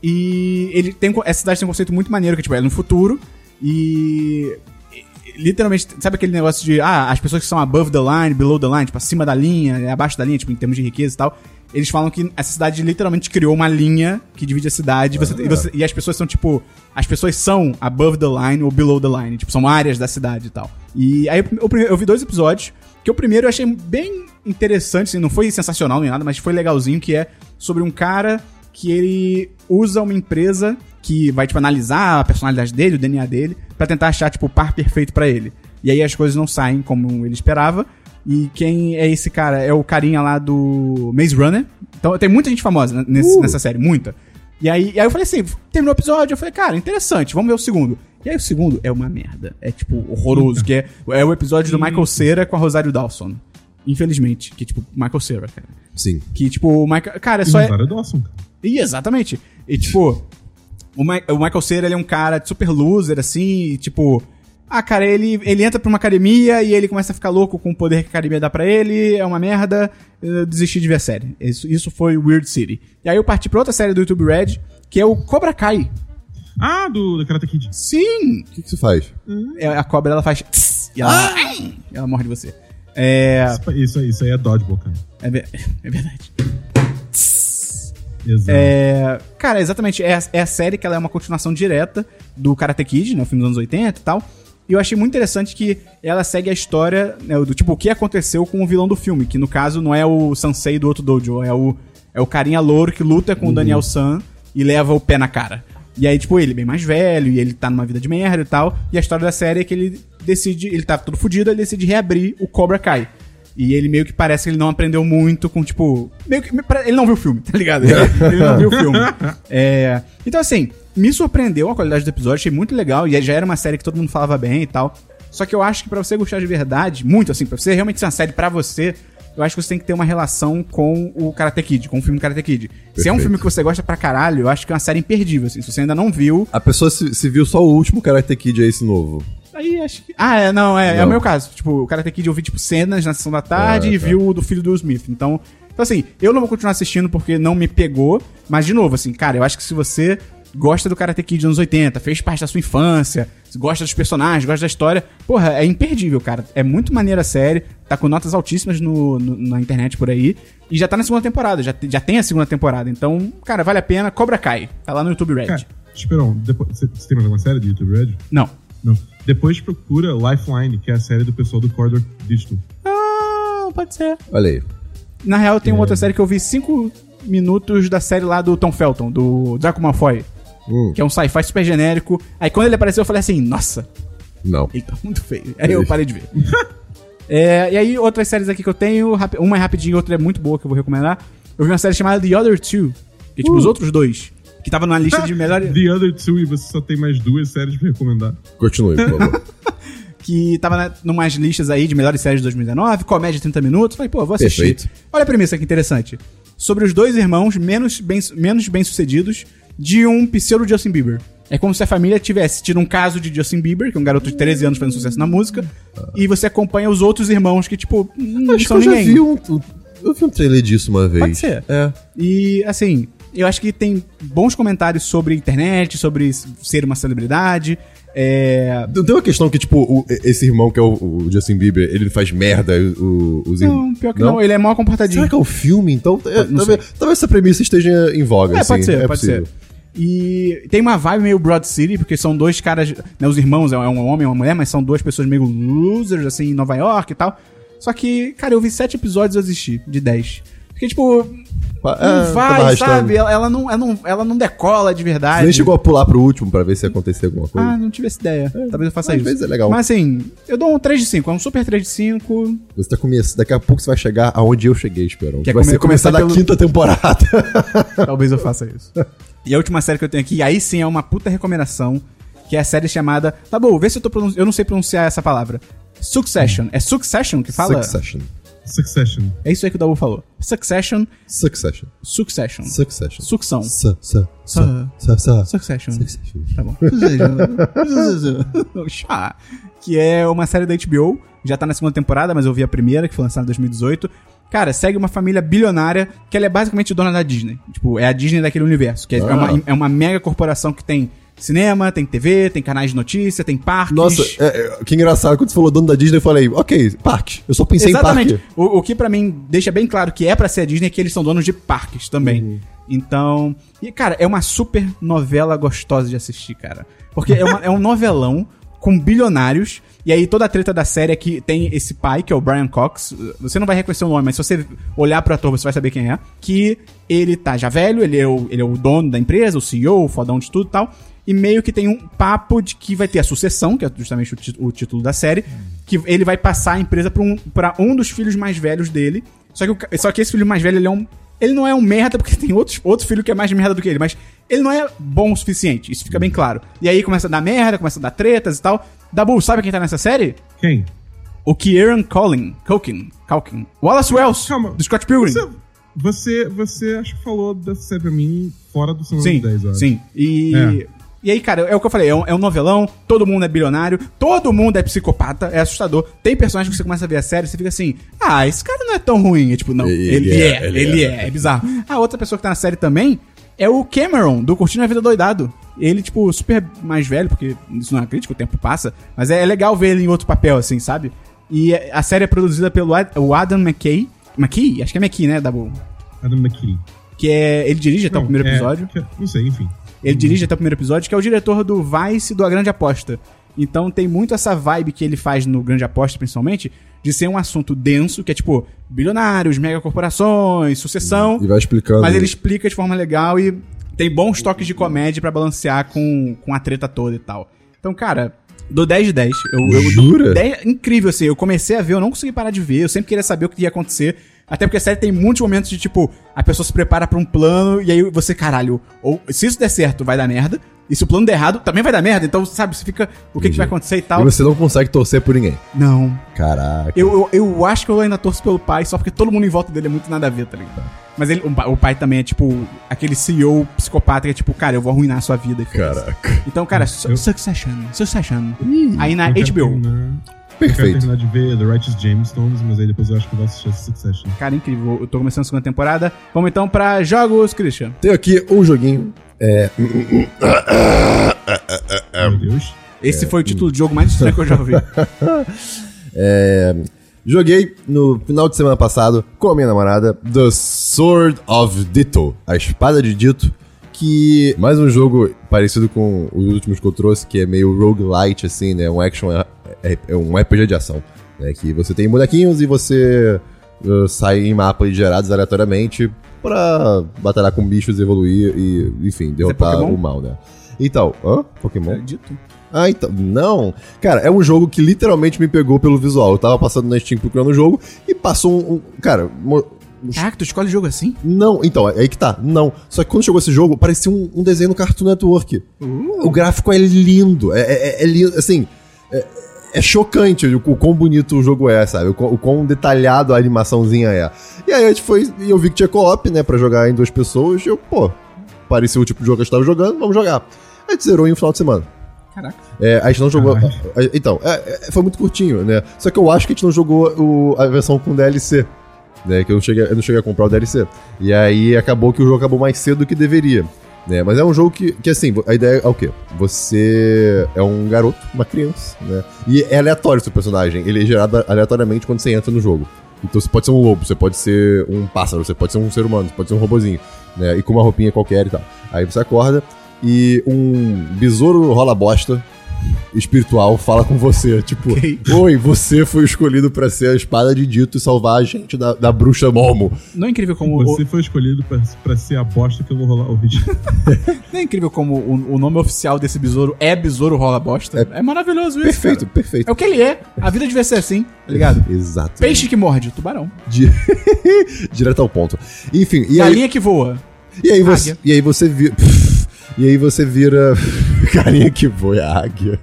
e ele tem, essa cidade tem um conceito muito maneiro, que tipo, é no futuro e... Literalmente, sabe aquele negócio de, ah, as pessoas que são above the line, below the line, tipo, acima da linha, abaixo da linha, tipo, em termos de riqueza e tal. Eles falam que essa cidade literalmente criou uma linha que divide a cidade. E, você, e, você, e as pessoas são, tipo, as pessoas são above the line ou below the line. Tipo, são áreas da cidade e tal. E aí eu, eu, eu vi dois episódios, que o primeiro eu achei bem interessante, assim, não foi sensacional nem nada, mas foi legalzinho, que é sobre um cara que ele usa uma empresa que vai, tipo, analisar a personalidade dele, o D N A dele, pra tentar achar, tipo, o par perfeito pra ele. E aí as coisas não saem como ele esperava. E quem é esse cara? É o carinha lá do Maze Runner. Então tem muita gente famosa nesse, Uh. nessa série, muita. E aí, e aí eu falei assim, terminou o episódio, eu falei, cara, interessante, vamos ver o segundo. E aí o segundo é uma merda. É, tipo, horroroso, que é, é o episódio do Michael Cera com a Rosário Dawson. Infelizmente, que tipo, Michael Cera, cara. Sim. Que tipo, o Michael... Cara, é E só... É... Rosário Dawson, cara. Ih, exatamente. E, tipo, o, Ma- o Michael Cera, ele é um cara super loser, assim, e, tipo... Ah, cara, ele, ele entra pra uma academia e ele começa a ficar louco com o poder que a academia dá pra ele, é uma merda, eu desisti de ver a série. Isso, isso foi Weird City. E aí eu parti pra outra série do YouTube Red, que é o Cobra Kai. Ah, do, do Karate Kid. Sim! O que, que você faz? É, a cobra, ela faz... tss, e ela, ela morre de você. É... Isso, isso aí é Dodgeball, cara. É, ver- é verdade. Exato. É, cara, exatamente. É a, é a série que ela é uma continuação direta do Karate Kid, né? O filme dos anos oitenta e tal. E eu achei muito interessante que ela segue a história, né, do tipo, o que aconteceu com o vilão do filme. Que no caso não é o Sansei do outro dojo, é o, é o carinha louro que luta com o Daniel San e leva o pé na cara. E aí, tipo, ele é bem mais velho e ele tá numa vida de merda e tal. E a história da série é que ele decide, ele tá todo fudido, ele decide reabrir o Cobra Kai. E ele meio que parece que ele não aprendeu muito com, tipo... Meio que, ele não viu o filme, tá ligado? Ele, ele não viu o filme. É, então, assim, me surpreendeu a qualidade do episódio, achei muito legal. E já era uma série que todo mundo falava bem e tal. Só que eu acho que pra você gostar de verdade, muito assim, pra você realmente ser uma série pra você... Eu acho que você tem que ter uma relação com o Karate Kid, com o filme Karate Kid. Se é um Perfeito. filme que você gosta pra caralho, eu acho que é uma série imperdível, assim. Se você ainda não viu... A pessoa se, se viu só o último Karate Kid, é esse novo. Aí acho que... Ah, é, não, é, é Não. o meu caso. Tipo, o Karate Kid eu vi, tipo, cenas na sessão da tarde Ah, e tá. vi o do filho do Will Smith. Então, então, assim, eu não vou continuar assistindo porque não me pegou. Mas, de novo, assim, cara, eu acho que se você gosta do Karate Kid dos anos oitenta, fez parte da sua infância, gosta dos personagens, gosta da história, porra, é imperdível, cara. É muito maneira a série, tá com notas altíssimas no, no- na internet por aí. E já tá na segunda temporada, já, te- já tem a segunda temporada. Então, cara, vale a pena. Cobra Kai, tá lá no YouTube Red. Cara, Esperão, depois, você, você tem mais alguma série do YouTube Red? Não. Não. Depois procura Lifeline, que é a série do pessoal do Corridor Digital. Ah, pode ser. Olha aí. Na real, tem uma outra série que eu vi cinco minutos da série lá do Tom Felton, do Draco Malfoy. Hum. Que é um sci-fi super genérico. Aí quando ele apareceu eu falei assim, nossa, Não. ele tá muito feio. Aí eu parei de ver. é, e aí outras séries aqui que eu tenho, uma é rapidinho, outra é muito boa que eu vou recomendar. Eu vi uma série chamada The Other Two, que é tipo Uh. os outros dois, que tava numa lista de melhores... The Other Two, e você só tem mais duas séries pra recomendar. Continue, por favor. que tava na, numas listas aí de melhores séries de dois mil e dezenove, comédia trinta minutos. Falei, pô, vou assistir. Perfeito. Olha a premissa que interessante. Sobre os dois irmãos menos bem, menos bem-sucedidos de um pseudo Justin Bieber. É como se a família tivesse tido um caso de Justin Bieber, que é um garoto de treze anos fazendo sucesso na música, ah. e você acompanha os outros irmãos que, tipo, não Acho são que eu ninguém. já vi um, eu vi um trailer disso uma vez. Pode ser. É. E, assim, eu acho que tem bons comentários sobre internet, sobre ser uma celebridade. É... Tem uma questão que, tipo, o, esse irmão que é o, o Justin Bieber, ele faz merda, o, os irmãos. Não, pior que não? não, ele é mal comportadinho. Será que é um filme? Então, é, talvez, talvez essa premissa esteja em voga, é, assim. Pode ser, é pode possível. ser. E tem uma vibe meio Broad City, porque são dois caras, né, os irmãos, é um homem e uma mulher, mas são duas pessoas meio losers, assim, em Nova York e tal. Só que, cara, eu vi sete episódios e assisti, de dez. Porque, tipo, não é, vai, sabe? Ela, ela, não, ela, não, ela não decola de verdade. Você nem chegou a pular pro último pra ver se ia acontecer alguma coisa? Ah, não tive essa ideia. É, Talvez eu faça às isso. Às vezes é legal. Mas assim, eu dou um três de cinco, é um super três de cinco. Você tá começando, daqui a pouco você vai chegar aonde eu cheguei, Esperão. Que é vai come- ser começar da pelo... quinta temporada. Talvez eu faça isso. E a última série que eu tenho aqui, aí sim é uma puta recomendação, que é a série chamada... Tá bom, vê se eu tô pronunciando... Eu não sei pronunciar essa palavra. Succession. É Succession que fala? Succession. Succession. É isso aí que o Dabu falou. Succession. Succession. Succession. Succession. Sucção. Su, su, su, Su- su, su. Succession. Succession. Tá bom. Chá. Que é uma série da H B O. Já tá na segunda temporada, mas eu vi a primeira, que foi lançada em dois mil e dezoito. Cara, segue uma família bilionária, que ela é basicamente dona da Disney. Tipo, é a Disney daquele universo. Que é, Ah. é, uma, é uma mega corporação que tem cinema, tem T V, tem canais de notícia, tem parques. Nossa, é, é, que engraçado. Quando você falou dono da Disney, eu falei, ok, parque. Eu só pensei Exatamente. em parque. O, o que pra mim deixa bem claro que é pra ser a Disney é que eles são donos de parques também. Uhum. Então... E, cara, é uma super novela gostosa de assistir, cara. Porque é, uma- é um novelão com bilionários. E aí toda a treta da série é que tem esse pai, que é o Brian Cox. Você não vai reconhecer o nome, mas se você olhar pro ator, você vai saber quem é. Que ele tá já velho, ele é o, ele é o dono da empresa, o C E O, o fodão de tudo e tal. E meio que tem um papo de que vai ter a sucessão, que é justamente o, ti- o título da série. Que ele vai passar a empresa pra um, pra um dos filhos mais velhos dele. Só que, o ca- só que esse filho mais velho, ele é um... Ele não é um merda, porque tem outros, outro filho que é mais merda do que ele, mas ele não é bom o suficiente, isso fica bem claro. E aí começa a dar merda, começa a dar tretas e tal. Dabu, sabe quem tá nessa série? Quem? O Kieran Culkin. Culkin. Culkin. Wallace Wells, Calma. do Scott Pilgrim. Você, você, você acho que falou dessa série pra mim fora do Semana Sim, dez, eu acho. sim. E... É. E aí, cara, é o que eu falei, é um, é um novelão, todo mundo é bilionário, todo mundo é psicopata, é assustador. Tem personagens que você começa a ver a série e você fica assim, ah, esse cara não é tão ruim. É tipo, não, ele, Ele é, é, ele, ele é. é. é, bizarro. A outra pessoa que tá na série também é o Cameron, do Curtindo a Vida Doidado. Ele, tipo, super mais velho, porque isso não é crítico, o tempo passa, mas é, é legal ver ele em outro papel, assim, sabe? E a série é produzida pelo Ad- o Adam McKay, McKay? Acho que é McKay, né, Dabu? Adam McKee. Que é, ele dirige até o Não, primeiro é- episódio. que- não sei, enfim. Ele dirige até o primeiro episódio, que é o diretor do Vice e do A Grande Aposta. Então tem muito essa vibe que ele faz no Grande Aposta, principalmente, de ser um assunto denso, que é tipo, bilionários, megacorporações, sucessão. E vai explicando. Mas ele explica de forma legal e tem bons toques de comédia pra balancear com, com a treta toda e tal. Então, cara, dou dez de dez. Eu, eu, Jura? dez incrível, assim. Eu comecei a ver, eu não consegui parar de ver. Eu sempre queria saber o que ia acontecer. Até porque a série tem muitos momentos de, tipo, a pessoa se prepara pra um plano e aí você, caralho, ou se isso der certo, vai dar merda. E se o plano der errado, também vai dar merda. Então, sabe, você fica, o que, que vai acontecer e tal. E você não consegue torcer por ninguém. Não. Caraca. Eu, eu, eu acho que eu ainda torço pelo pai, só porque todo mundo em volta dele é muito nada a ver, tá ligado? Mas ele, o, pa- o pai também é, tipo, aquele C E O psicopata que é, tipo, cara, eu vou arruinar a sua vida. e foda-se. Caraca. Então, cara, su- Eu- Succession. Succession. Aí na Eu quero H B O. terminar- Eu quero Perfeito. terminar de ver The Righteous Gemstones, mas aí depois eu acho que eu vou assistir Succession. Cara, incrível. Eu tô começando a segunda temporada. Vamos então pra jogos, Christian. Tenho aqui um joguinho. É. Meu Deus. Esse foi o título de jogo mais estranho que eu já ouvi. É, joguei no final de semana passado com a minha namorada The Sword of Ditto, a espada de Dito, que mais um jogo parecido com os últimos que eu trouxe, que é meio roguelite, assim, né? Um action, é, é- é um R P G de ação, né? Que você tem bonequinhos e você uh, sai em mapas gerados aleatoriamente pra batalhar com bichos, evoluir e, enfim, derrotar Pokémon? o mal, né? Então, hã? Pokémon? É dito. Ah, então, não. Cara, é um jogo que literalmente me pegou pelo visual. Eu tava passando na Steam procurando o jogo e passou um... um cara... mo- Caraca, tu escolhe jogo assim? Não, então, é aí que tá. Não. Só que quando chegou esse jogo, parecia um, um desenho no Cartoon Network. Uh. O gráfico é lindo. É, é, é lindo, assim... É, é chocante o, o quão bonito o jogo é, sabe? O, quão- o quão detalhado a animaçãozinha é. E aí a gente foi... E eu vi que tinha co-op, né? Pra jogar em duas pessoas. E eu, pô... Parecia o tipo de jogo que a gente tava jogando. Vamos jogar. A gente zerou em um final de semana. Caraca. É, a gente não jogou... Caralho. a- a- então, é, é, foi muito curtinho, né? Só que eu acho que a gente não jogou o- a versão com D L C. Né, que eu não, cheguei, eu não cheguei a comprar o D L C. E aí acabou que o jogo acabou mais cedo do que deveria. Né? Mas é um jogo que, que, assim, a ideia é o quê? Você é um garoto, uma criança, né? E é aleatório o seu personagem. Ele é gerado aleatoriamente quando você entra no jogo. Então você pode ser um lobo, você pode ser um pássaro, você pode ser um ser humano, você pode ser um robozinho. Né? E com uma roupinha qualquer e tal. Aí você acorda e um besouro rola bosta espiritual fala com você, tipo, Ok. oi, você foi escolhido pra ser a espada de Dito e salvar a gente da, da bruxa Momo. Não é incrível como... Você O, foi escolhido pra, pra ser a bosta que eu vou rolar o vídeo. não é incrível como o, o nome oficial desse besouro é Besouro Rola Bosta? É, maravilhoso isso, Perfeito, cara. perfeito. É o que ele é. A vida devia ser assim, tá ligado? Exato. Peixe que morde, tubarão. Di- Direto ao ponto. Enfim, e aí, Galinha que voa. e aí você, águia. e aí você vira, e aí você vira galinha que voa, a águia.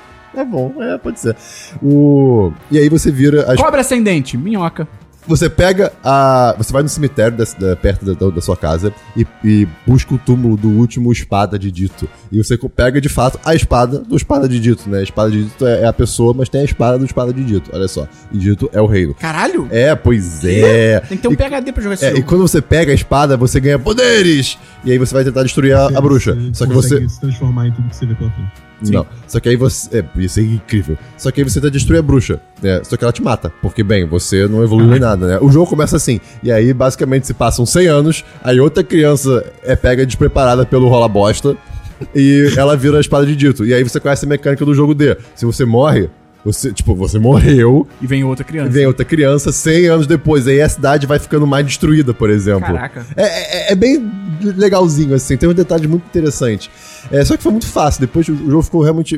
É bom, é, pode ser. O... E aí você vira as Cobra ascendente, minhoca. Você pega a. Você vai no cemitério da, da- perto da, da sua casa e, e busca o túmulo do último espada de Dito. E você co- pega de fato a espada do espada de Dito, né? A espada de Dito é, é a pessoa, mas tem a espada do espada de Dito. Olha só. E Dito é o reino. Caralho. É, pois é. Tem que ter um E- P H D pra jogar esse É, e jogo. quando você pega a espada, você ganha poderes! E aí você vai tentar destruir a, a bruxa. Só que você. consegue se transformar em tudo que você vê pela frente. Não. Só que aí você. É, isso é incrível. Só que aí você tenta destruir a bruxa. Né? Só que ela te mata. Porque, bem, você não evoluiu em nada, né? O jogo começa assim. E aí, basicamente, se passam cem anos. Aí outra criança é pega despreparada pelo rola bosta. E ela vira a espada de Dito. E aí você conhece a mecânica do jogo D. Se você morre. Você, tipo, você morreu. E vem outra E criança. vem outra criança cem anos depois. Aí a cidade vai ficando mais destruída, por exemplo. Caraca. É, é- é bem legalzinho, assim. Tem um detalhe muito interessante. É, só que foi muito fácil. Depois o jogo ficou realmente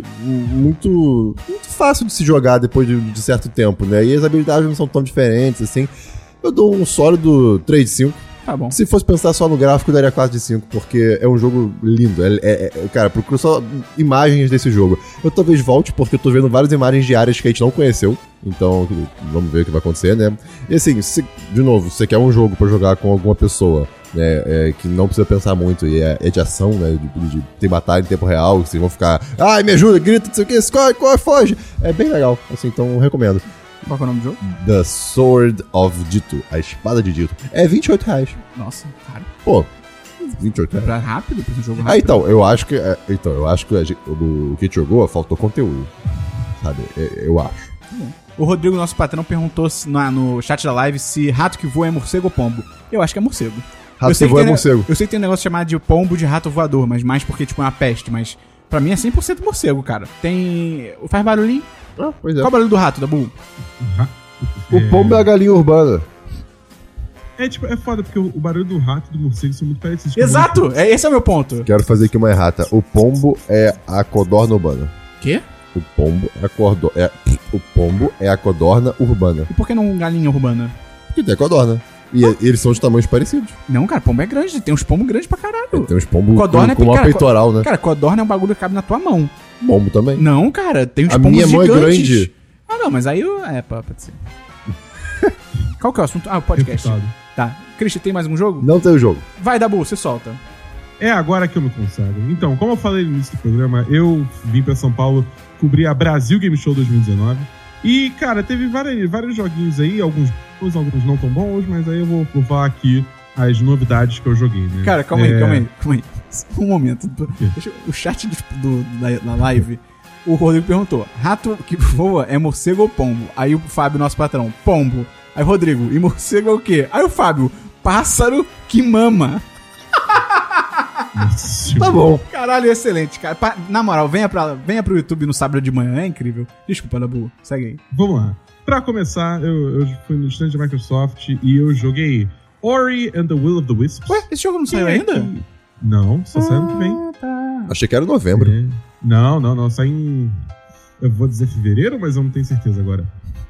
muito, muito fácil de se jogar depois de, de certo tempo, né? E as habilidades não são tão diferentes, assim. Eu dou um sólido três de cinco. Tá bom. Se fosse pensar só no gráfico, eu daria quatro de cinco, porque é um jogo lindo. É, é- é- cara, procura só imagens desse jogo. Eu talvez volte, porque eu tô vendo várias imagens de áreas que a gente não conheceu. Então, vamos ver o que vai acontecer, né? E assim, se, de novo, se você quer um jogo pra jogar com alguma pessoa, né, é, que não precisa pensar muito, e é, é de ação, né, de, de ter batalha em tempo real, que vocês vão ficar, ai, me ajuda, grita, não sei o que, corre, corre, foge. É bem legal, assim, então eu recomendo. Qual que é o nome do jogo? The Sword of Dito, a espada de Dito. É vinte e oito reais. Nossa, cara. Pô, vinte e oito reais. Pra rápido, pra um jogo rápido. Ah, então, eu acho que. é, então, eu acho que a gente- o, o que jogou faltou conteúdo. Sabe? É, Eu acho. O Rodrigo, nosso patrão, perguntou se- na- no chat da live se rato que voa é morcego ou pombo. Eu acho que é morcego. Rato Eu sei que voa é tem ne- morcego. Eu sei que tem um negócio chamado de pombo de rato voador, mas mais porque, tipo, é uma peste. Mas pra mim é cem por cento morcego, cara. Tem... Faz barulhinho. Ah, pois é. Qual é o barulho do rato, Dabu? O pombo é a galinha urbana. É, tipo, é foda, porque o, o barulho do rato e do morcego são muito parecidos. Tipo, Exato! É, esse é o meu ponto. Quero fazer aqui uma errata. O pombo é a codorna urbana. Quê? O pombo é a codorna. É, o pombo é a codorna urbana. E por que não galinha urbana? Porque tem a codorna. E e eles são de tamanhos parecidos. Não, cara, pombo é grande. Tem uns pombos grandes pra caralho. Tem uns pombos Codorna é com, com uma cara, peitoral, né? Cara, codorna é um bagulho que cabe na tua mão. Pombo também. Não, cara, tem uns A pombos minha mão é gigantes. grande. Ah, não, mas aí... eu- É, pá, pode ser. Qual que é o assunto? Ah, o podcast. Reputado. Tá. Christian, tem mais um jogo? Não tem o jogo. Vai, Dabu, você solta. É agora que eu me consagro. Então, como eu falei no início do programa, eu vim pra São Paulo cobrir a Brasil Game Show dois mil e dezenove. E, cara, teve vários, vários joguinhos aí, alguns bons, alguns não tão bons, mas aí eu vou, vou falar aqui as novidades que eu joguei, né? Cara, calma aí, É, calma aí, calma aí. Um momento. Deixa eu- o chat do, do- da, da live, o Rodrigo perguntou: rato que voa é morcego ou pombo? Aí o Fábio, nosso patrão, pombo. Aí o Rodrigo, e morcego é o quê? Aí o Fábio, pássaro que mama. nossa, Tá bom. Caralho, excelente, cara. Pa- Na moral, venha, pra, venha pro YouTube no sábado de manhã, é incrível. Desculpa, Dabu, segue aí. Vamos lá. Pra começar, eu, eu fui no stand da Microsoft e eu joguei Ori and the Will of the Wisps. Ué, esse jogo não saiu Que- ainda? que- Não, só sai ano que vem. Ah, tá. Achei que era novembro. É. Não, não, não. Sai em. Eu vou dizer fevereiro, mas eu não tenho certeza agora.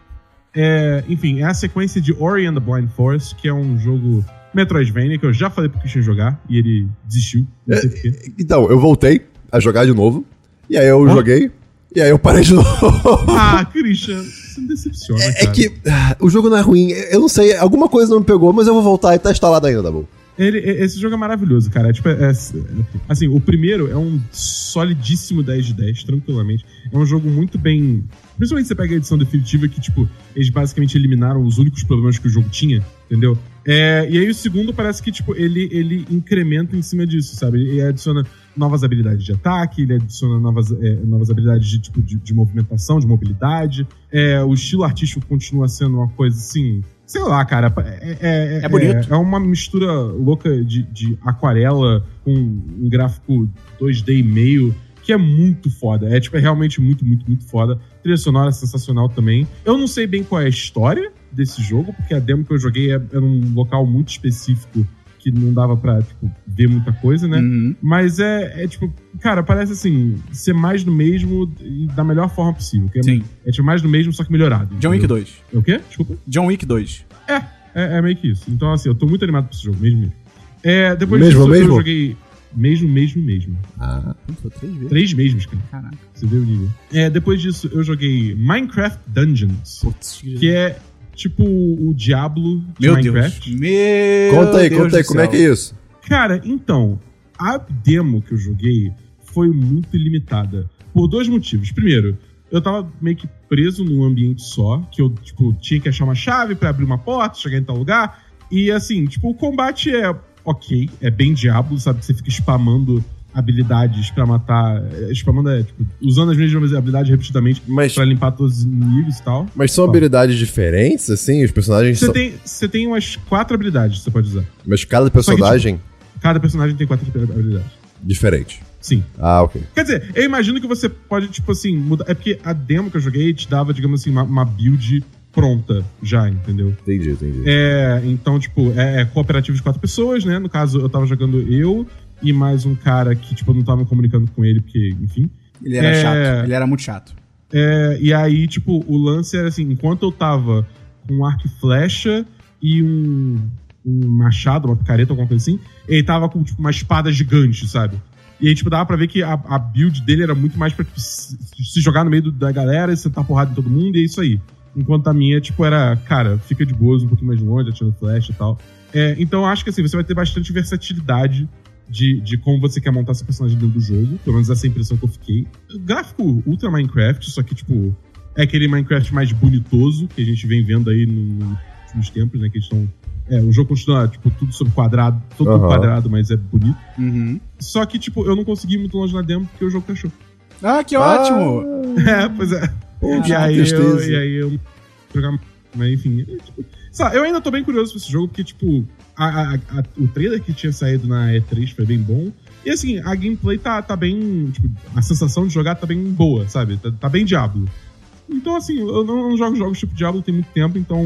É, enfim, é a sequência de Ori and the Blind Forest, que é um jogo Metroidvania que eu já falei pro Christian jogar e ele desistiu. Não sei porquê. Então, eu voltei a jogar de novo. E aí eu Ó. joguei. E aí eu parei de novo. Ah, Christian, você me decepciona, É, cara. é que ah, o jogo não é ruim. Eu não sei, alguma coisa não me pegou, mas eu vou voltar e tá instalado ainda, tá bom? Ele, esse jogo é maravilhoso, cara. É, tipo, é, é, assim, o primeiro é um solidíssimo dez de dez, tranquilamente. É um jogo muito bem... Principalmente você pega a edição definitiva que, tipo, eles basicamente eliminaram os únicos problemas que o jogo tinha, entendeu? É, e aí o segundo parece que, tipo, ele, ele incrementa em cima disso, sabe? Ele adiciona novas habilidades de ataque, ele adiciona novas, é, novas habilidades de, tipo, de, de movimentação, de mobilidade. É, o estilo artístico continua sendo uma coisa, assim... Sei lá, cara. É, é, É bonito. É, é uma mistura louca de, de aquarela com um gráfico dois D e meio, que é muito foda. É, tipo, é realmente muito, muito, muito foda. A trilha sonora é sensacional também. Eu não sei bem qual é a história desse jogo, porque a demo que eu joguei é, é num local muito específico que não dava pra, tipo, ver muita coisa, né? Uhum. Mas é, é, tipo, cara, parece assim, ser mais do mesmo e da melhor forma possível. Que é, Sim. é tipo mais do mesmo, só que melhorado. John Wick entendeu? dois. É o quê? Desculpa. John Wick dois. É, é, é meio que isso. Então, assim, eu tô muito animado pra esse jogo, mesmo mesmo. É, depois Mesmo, disso, mesmo? eu joguei... Mesmo, mesmo, mesmo. Ah, Foi três vezes. Três mesmos, cara. Caraca. Você vê o nível. É, depois disso, eu joguei Minecraft Dungeons, Putz, que é tipo o Diablo de Meu Minecraft. Deus. Meu conta aí, Deus conta aí, do como é céu. que é isso? Cara, então, a demo que eu joguei foi muito limitada. Por dois motivos. Primeiro, eu tava meio que preso num ambiente só, que eu, tipo, tinha que achar uma chave pra abrir uma porta, chegar em tal lugar. E, assim, tipo, o combate é ok, é bem Diablo, sabe? Que você fica spamando habilidades pra matar... é, Spamando é, tipo, usando as mesmas habilidades repetidamente Mas, pra limpar todos os inimigos e tal. mas são Ó. habilidades diferentes, assim? Os personagens Você são... tem, você tem umas quatro habilidades que você pode usar. Mas cada Só que, personagem Cada personagem tem quatro habilidades. diferente. Sim. Ah, ok. Quer dizer, eu imagino que você pode, tipo assim, mudar. É porque a demo que eu joguei te dava, digamos assim, uma, uma build pronta já, entendeu? Entendi, entendi. É, então, tipo, é, é cooperativo de quatro pessoas, né? No caso, eu tava jogando eu e mais um cara que, tipo, eu não tava me comunicando com ele, porque, enfim. Ele era É. chato. Ele era muito chato. É, e aí, tipo, o lance era assim, enquanto eu tava com um arco e flecha e um, um machado, uma picareta, alguma coisa assim, ele tava com, tipo, uma espada gigante, sabe? E aí, tipo, dava pra ver que a, a build dele era muito mais pra tipo, se, se jogar no meio do- da galera e sentar porrada em todo mundo, e é isso aí. Enquanto a minha, tipo, era, cara, fica de boas um pouquinho mais longe, atirando flecha e tal. É, então, eu acho que, assim, você vai ter bastante versatilidade de, de como você quer montar seu personagem dentro do jogo. Pelo menos essa é a impressão que eu fiquei. Gráfico ultra Minecraft, só que, tipo, é aquele Minecraft mais bonitoso que a gente vem vendo aí no- nos últimos tempos, né? Que eles estão... É, o jogo continua, tipo, tudo sobre quadrado, todo Aham. quadrado, mas é bonito. Uhum. Só que, tipo, eu não consegui ir muito longe na demo porque o jogo crashou. Ah, que ótimo! É, pois é. Pô, E que aí, eu, tristeza. e aí eu jogar. Mas enfim, é, tipo, sei lá, eu ainda tô bem curioso pra esse jogo, porque, tipo, a, a- a- o trailer que tinha saído na E três foi bem bom. E assim, a gameplay tá, tá bem. Tipo, a sensação de jogar tá bem boa, sabe? Tá, tá bem Diablo. Então, assim, eu não, não jogo jogos tipo Diablo tem muito tempo, então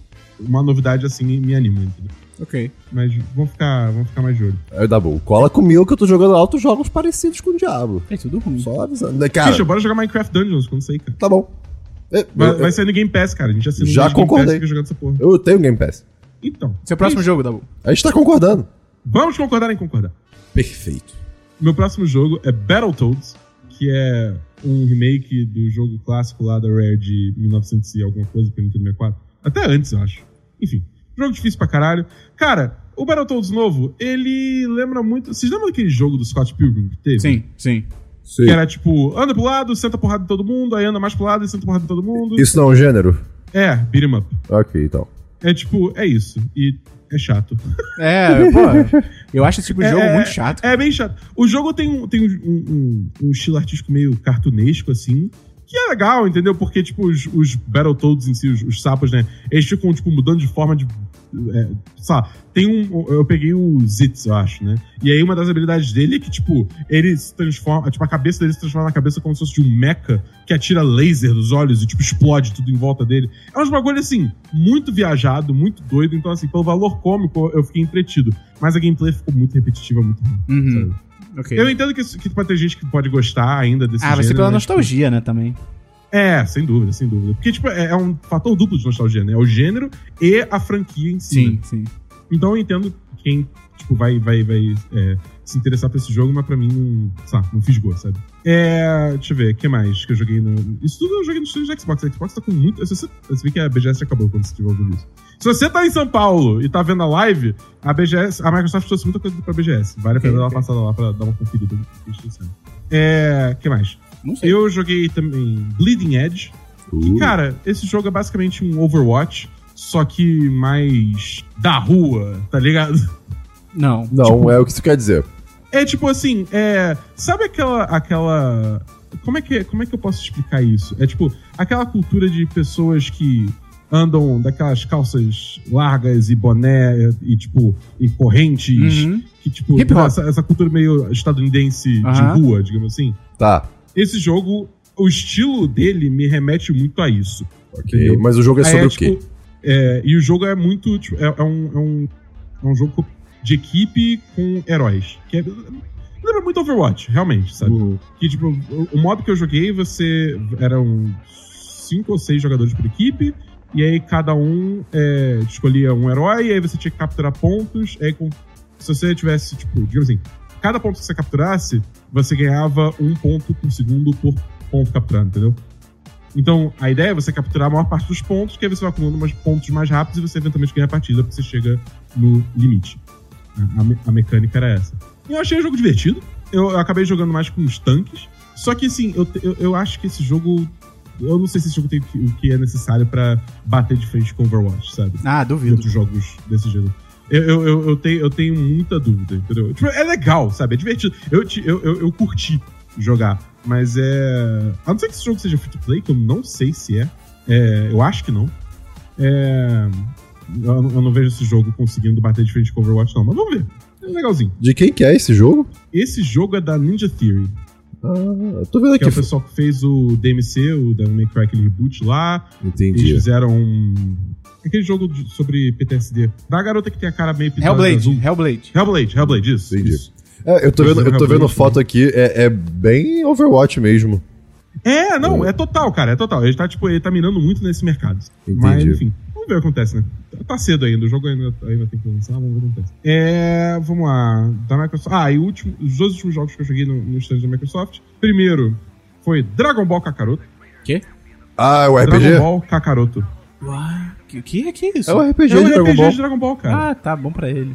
uma novidade assim me, me anima, entendeu? Ok. Mas vamos ficar, vamos ficar mais de olho. Aí, Dabu, cola comigo que eu tô jogando altos jogos parecidos com o Diablo. É tudo ruim. Só avisando. Né, Cara, Christian, bora jogar Minecraft Dungeons quando sair, cara. tá bom. É, Vai, eu, vai sair no Game Pass, cara. A gente assina Já um mês de Game concordei. Pass e fica jogando essa porra. eu tenho Game Pass. Então. Seu próximo é isso. jogo, Dabu. A gente tá concordando. Vamos concordar em concordar. Perfeito. Meu próximo jogo é Battletoads, que é um remake do jogo clássico lá da Rare de mil e novecentos e alguma coisa, pro Nintendo sessenta e quatro. Até antes, eu acho. Enfim, jogo difícil pra caralho. Cara, o Battletoads novo, ele lembra muito... Vocês lembram daquele jogo do Scott Pilgrim que teve? Sim, sim. Sim. Que era tipo, anda pro lado, senta porrada em todo mundo, aí anda mais pro lado e senta porrada em todo mundo. Isso não é um gênero? É, beat 'em up. Ok, então. É tipo, é isso. E é chato. É, pô. Eu acho esse tipo de jogo é, muito chato. É bem chato. O jogo tem um, tem um, um- um estilo artístico meio cartunesco, assim, que é legal, entendeu? Porque, tipo, os, os Battletoads em si, os, os sapos, né? Eles ficam, tipo, mudando de forma de É, sei lá, tem um... Eu peguei o Zitz, eu acho, né? E aí uma das habilidades dele é que, tipo, ele se transforma... Tipo, a cabeça dele se transforma na cabeça como se fosse de um mecha que atira laser dos olhos e, tipo, explode tudo em volta dele. É uns bagulho, assim, muito viajado, muito doido. Então, assim, pelo valor cômico, eu fiquei entretido. Mas a gameplay ficou muito repetitiva, muito ruim. Uhum. Okay. Eu entendo que, que pode ter gente que pode gostar ainda desse Ah, gênero. vai ser pela mas, nostalgia, tipo, né, também. É, sem dúvida, sem dúvida. Porque, tipo, é, é um fator duplo de nostalgia, né? É o gênero e a franquia em si. Sim, né? sim. Então eu entendo quem, tipo, vai, vai, vai é, se interessar por esse jogo, mas pra mim não, sabe, não fisgou, sabe? É, deixa eu ver, o que mais que eu joguei no... Isso tudo eu joguei no estúdio de Xbox. A Xbox tá com muito... Você, você vê que a B G S já acabou quando você estiver ouvindo isso. Se você tá em São Paulo e tá vendo a live, a B G S, a Microsoft trouxe muita coisa pra B G S. Vale a pena dar uma passada lá pra dar uma conferida. É, o que mais? Não sei. Eu joguei também Bleeding Edge. Uh. Que, cara, esse jogo é basicamente um Overwatch, só que mais da rua, tá ligado? Não. Não, Tipo- é o que isso quer dizer. É tipo assim, é, sabe aquela aquela como é que como é que eu posso explicar isso? É tipo aquela cultura de pessoas que andam daquelas calças largas e boné e tipo e correntes, Uhum. que tipo Hip hop. essa, essa cultura meio estadunidense Aham. de rua, digamos assim. Tá, Esse jogo, o estilo dele me remete muito a isso. ok. Entendeu? Mas o jogo é Aí sobre é, o quê? tipo, é, e o jogo é muito. Tipo, é, é um, é, um, é um jogo de equipe com heróis. Que é, lembra muito Overwatch, realmente, sabe? Uhum. Que, tipo, o, o modo que eu joguei, você. Eram cinco ou seis jogadores por equipe. E aí cada um é, escolhia um herói, e aí você tinha que capturar pontos. Aí, com, se você tivesse, tipo, digamos assim, cada ponto que você capturasse, você ganhava um ponto por segundo por ponto capturado, entendeu? Então, a ideia é você capturar a maior parte dos pontos, que aí você vai acumulando mais pontos mais rápidos e você eventualmente ganha a partida, porque você chega no limite. A, a, me- a mecânica era essa. E eu achei o jogo divertido. Eu, eu acabei jogando mais com os tanques. Só que, assim, eu, te- eu, eu acho que esse jogo... Eu não sei se esse jogo tem o que, o que é necessário pra bater de frente com Overwatch, sabe? Ah, E duvido. outros jogos desse gênero. Eu, eu, eu, eu tenho, eu tenho muita dúvida, entendeu? Tipo, é legal, sabe? É divertido. Eu, te- eu, eu, eu curti jogar, mas é... A não ser que esse jogo seja free to play, que eu não sei se é. É, eu acho que não. É... Eu, não- eu não vejo esse jogo conseguindo bater de frente com Overwatch, não. Mas vamos ver. É legalzinho. De quem que é esse jogo? Esse jogo é da Ninja Theory, Ah, eu tô vendo que é aqui. o pessoal que fez o D M C, o Devil May Cry, aquele reboot lá. Eles Entendi. fizeram um... aquele jogo de- sobre P T S D. Da garota que tem a cara meio pintada de Hellblade, azul. Hellblade. Hellblade, Hellblade, isso. Entendi. isso. É, eu tô vendo, eu tô vendo Hellblade, foto aqui, é, é bem Overwatch mesmo. É, não, é total, cara, é total. Ele tá, tipo, ele tá mirando muito nesse mercado. Entendi. Mas, enfim, vamos ver o que acontece, né? Tá cedo ainda, o jogo ainda, ainda tem que lançar, vamos ver o que acontece. É, vamos lá, da Microsoft. Ah, e o último, os dois últimos jogos que eu joguei no, no stand da Microsoft. Primeiro foi Dragon Ball Kakaroto. Quê? Ah, é o R P G? Dragon Ball Kakaroto. Uai, que, que é que é isso? É o R P G É um de R P Dragon G Ball. de Dragon Ball, cara. Ah, tá, bom pra ele.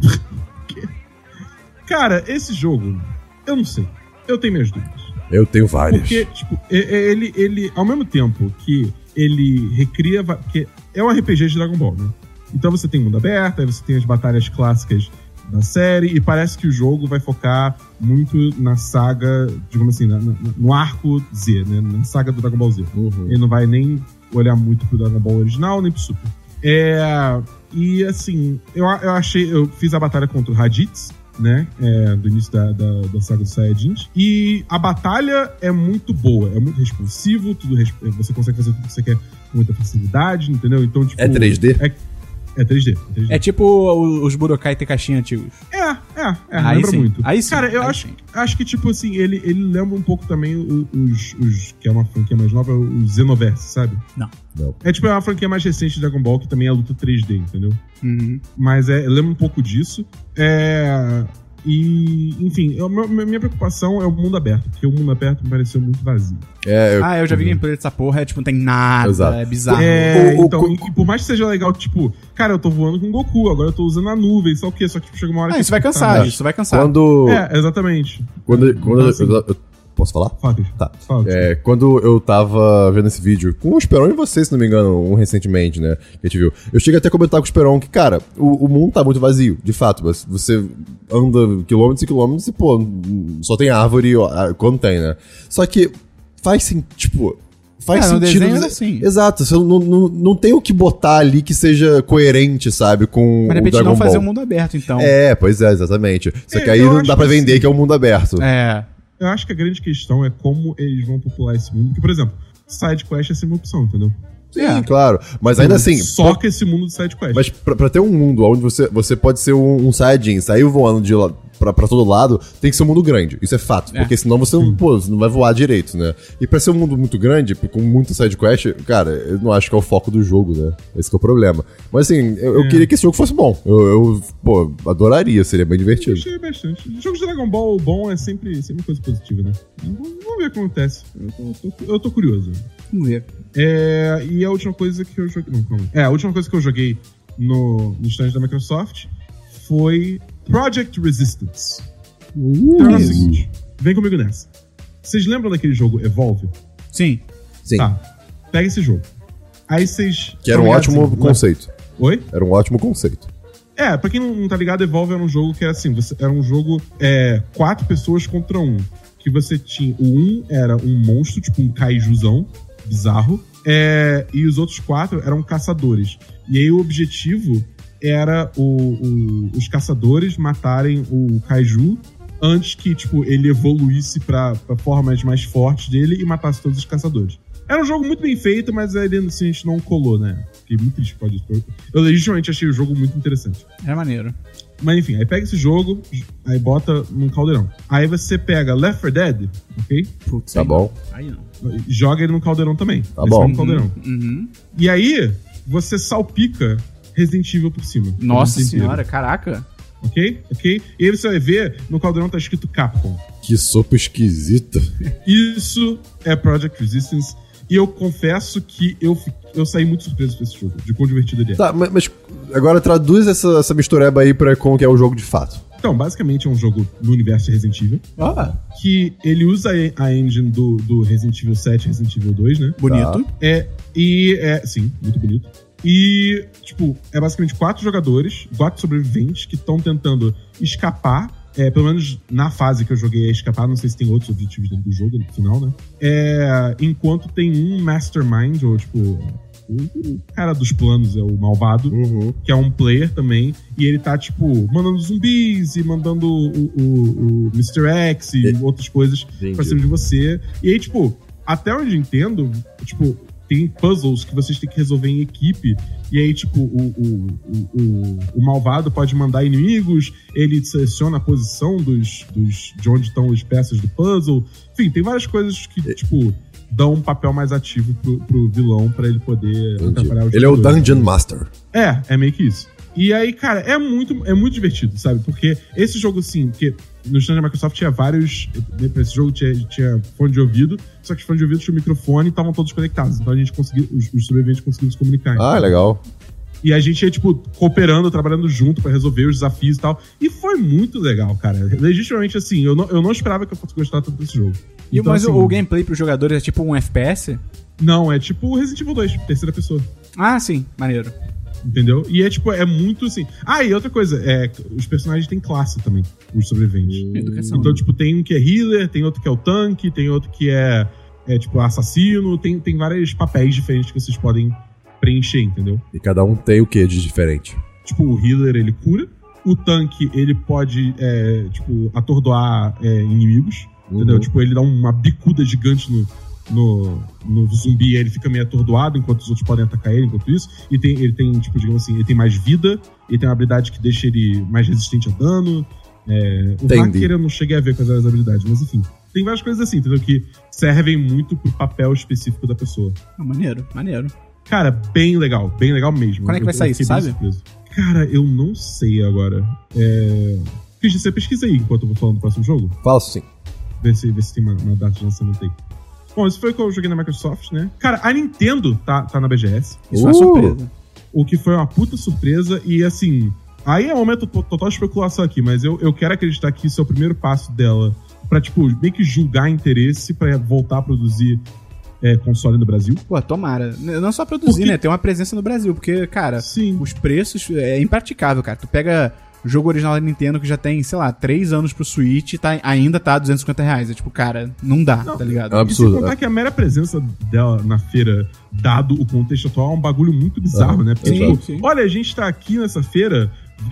Cara, esse jogo, eu não sei. Eu tenho minhas dúvidas. Eu tenho várias. Porque, tipo, é- é- ele, ele, ao mesmo tempo que ele recria. va- Porque é um R P G de Dragon Ball, né? Então você tem mundo aberto, aí você tem as batalhas clássicas da série, e parece que o jogo vai focar muito na saga, digamos assim, na- na- no arco Z, né? Na saga do Dragon Ball Z. Uhum. Ele não vai nem olhar muito pro Dragon Ball original, nem pro Super. É. E assim, eu, eu achei. Eu fiz a batalha contra o Raditz, né? É, do início da, da, da saga dos Saiyajins. E a batalha é muito boa, é muito responsivo, tudo res- você consegue fazer tudo que você quer com muita facilidade, entendeu? Então, tipo. É três D? É, é três D. É, três D. É tipo o- os Budokai Tenkaichi antigos. É, é, é, Aí lembra sim, muito. aí sim, Cara, eu aí acho, sim. acho que, tipo assim, ele, ele lembra um pouco também o- os, os. Que é uma franquia mais nova, os Xenoverse, sabe? Não. Não. É tipo é uma franquia mais recente de Dragon Ball, que também é luta três D, entendeu? Uhum. Mas é, lembra um pouco disso. É. E, enfim, eu- meu- minha preocupação é o mundo aberto, porque o mundo aberto me pareceu muito vazio. É, eu... Ah, eu já vi gameplay dessa porra, é tipo, não tem nada, Exato. é bizarro. É, o- o- então, o- e, e por mais que seja legal, tipo, cara, eu tô voando com o Goku, agora eu tô usando a nuvem, só o quê? Só que tipo, chega uma hora Ah, que. isso vai tá, cansar, tá, isso vai cansar. Quando... É, exatamente. Quando, quando Então, assim, eu, eu- posso falar? Fala, Cris. Tá. Fala, Cris. É, quando eu tava vendo esse vídeo, com o Esperon e você, se não me engano, um recentemente, né, que a gente viu, eu cheguei até a comentar com o Esperon que, cara, o, o mundo tá muito vazio, de fato, mas você anda quilômetros e quilômetros e, pô, só tem árvore ó, quando tem, né? Só que faz sim, tipo, faz É, no sentido. desenho era assim. Exato, você não, não, não tem o que botar ali que seja coerente, sabe, com Mas de o repente Dragon não Ball. fazer o mundo aberto, então. É, pois é, exatamente. Só É, que aí eu não acho dá pra que vender sim. que é um mundo aberto. É. Eu acho que a grande questão é como eles vão popular esse mundo. Porque, por exemplo, side quest é sempre uma opção, entendeu? Sim, É. claro. Mas ainda assim... Só que esse mundo de side quest. Mas pra, pra ter um mundo onde você, você pode ser um, um Saiyajin, sair voando de lá pra, pra todo lado, tem que ser um mundo grande. Isso é fato. É. Porque senão você não, pô, você não vai voar direito, né? E pra ser um mundo muito grande, com muita sidequest, cara, eu não acho que é o foco do jogo, né? Esse que é o problema. Mas assim, eu, eu É. queria que esse jogo fosse bom. Eu, eu, pô, adoraria, seria bem Eu divertido. gostei bastante. Jogos de Dragon Ball bom é sempre, sempre coisa positiva, né? Vamos vamos ver o que acontece. Eu tô, tô- eu tô curioso. Vamos ver. É, e a última coisa que eu joguei. Não, calma. É, a última coisa que eu joguei no, no stand da Microsoft foi Project Resistance. Então é o isso. seguinte: vem comigo nessa. Vocês lembram daquele jogo Evolve? Sim. Sim. Tá. Pega esse jogo. Aí vocês. Que era um tão ligados ótimo assim, conceito. Oi? Era um ótimo conceito. É, pra quem não, não tá ligado, Evolve era um jogo que era assim, você, era um jogo é, quatro pessoas contra um. Que você tinha. O um era um monstro, tipo um kaijuzão, bizarro. É, e os outros quatro eram caçadores. E aí o objetivo era o, o- os caçadores matarem o kaiju antes que, tipo, ele evoluísse pra, pra formas mais fortes dele e matasse todos os caçadores. Era um jogo muito bem feito, mas aí dentro assim, a gente não colou, né? Fiquei muito triste por causa disso. Eu legitimamente achei o jogo muito interessante. É maneiro. Mas enfim, aí pega esse jogo, aí bota num caldeirão. Aí você pega Left four Dead, ok? Putz, Tá aí bom. não. Aí não. Joga ele no caldeirão também. Tá Esse bom. é um caldeirão. Uhum. E aí, você salpica Resident Evil por cima. Nossa Resident Evil senhora, caraca. Ok? Ok? E aí você vai ver, no caldeirão tá escrito Capcom. Que sopa esquisita. Isso é Project Resistance. E eu confesso que eu, fi- eu saí muito surpreso com esse jogo, de quão divertido ele é. Tá, mas, mas agora traduz essa, essa mistureba aí pra como que é o jogo de fato. Então, basicamente é um jogo no universo de Resident Evil, Ah, que ele usa a a engine do, do Resident Evil sete e Resident Evil dois, né? bonito. É, e é, sim, muito bonito. E, tipo, é basicamente quatro jogadores, quatro sobreviventes que estão tentando escapar. É, pelo menos na fase que eu joguei é escapar, não sei se tem outros objetivos dentro do jogo, no final, né? É, enquanto tem um mastermind, ou tipo, o, o cara dos planos é o malvado, Uhum. que é um player também, e ele tá, tipo, mandando zumbis e mandando o, o, o mister X e É. outras coisas Entendi. pra cima de você. E aí, tipo, até onde eu entendo, tipo, tem puzzles que vocês têm que resolver em equipe. E aí, tipo, o, o, o, o, o malvado pode mandar inimigos, ele seleciona a posição dos, dos, de onde estão as peças do puzzle. Enfim, tem várias coisas que, tipo, dão um papel mais ativo pro, pro vilão pra ele poder Entendi. atrapalhar os Ele é o jogadores. Dungeon Master. É, é meio que isso. E aí, cara, é muito, é muito divertido, sabe? Porque esse jogo, assim, porque no stand da Microsoft tinha vários. Pra esse jogo tinha, tinha fone de ouvido, só que os fones de ouvido tinham microfone e estavam todos conectados. Então a gente conseguiu, os, os sobreviventes conseguiram se comunicar. Ah, legal. E a gente ia, tipo, cooperando, trabalhando junto pra resolver os desafios e tal. E foi muito legal, cara. Legitimamente, assim, eu não, eu não esperava que eu fosse gostar tanto desse jogo. E, Então, mas assim, o, o gameplay pros jogadores é tipo um F P S? Não, é tipo Resident Evil dois, terceira pessoa. Ah, sim, maneiro. Entendeu? E é tipo, é muito assim. Ah, e outra coisa, é, os personagens têm classe também, os sobreviventes. Educação. Então, tipo, tem um que é healer, tem outro que é o tanque, tem outro que é, é tipo, assassino, tem, tem vários papéis diferentes que vocês podem preencher, entendeu? E cada um tem o que de diferente? Tipo, o healer, ele cura. O tanque, ele pode, é, tipo, atordoar é, inimigos, entendeu? Uhum. Tipo, ele dá uma bicuda gigante no, no, no zumbi, ele fica meio atordoado, enquanto os outros podem atacar ele, enquanto isso. E tem, ele tem, tipo, digamos assim, ele tem mais vida, ele tem uma habilidade que deixa ele mais resistente a dano. É, o Entendi. hacker eu não cheguei a ver com as habilidades, mas enfim. Tem várias coisas assim, entendeu? Que servem muito pro papel específico da pessoa. Ah, maneiro, maneiro. Cara, bem legal, bem legal mesmo. Quando é que vai Eu- eu sair, fiquei você bem sabe? surpreso. Cara, eu não sei agora. É... Christian, você pesquisa aí enquanto eu vou falando do próximo jogo? Falso sim. Vê se, vê se tem uma, uma data de lançamento aí. Bom, isso foi o que eu joguei na Microsoft, né? Cara, a Nintendo tá, tá na B G S, Isso é uma Uh! surpresa. o que foi uma puta surpresa e, assim... Aí é um momento to- total de especulação aqui, mas eu, eu quero acreditar que isso é o primeiro passo dela pra, tipo, meio que julgar interesse pra voltar a produzir é, console no Brasil. Pô, tomara. Não só produzir, Porque- né? Ter uma presença no Brasil, porque, cara, Sim. os preços é impraticável, cara. Tu pega o jogo original da Nintendo que já tem, sei lá, três anos pro Switch tá, ainda tá duzentos e cinquenta reais. É tipo, cara, não dá, Não, tá ligado? é um E sem absurdo. contar que a mera presença dela na feira, dado o contexto atual, é um bagulho muito bizarro, Ah, né? Porque, sim, tipo, sim. olha, a gente tá aqui nessa feira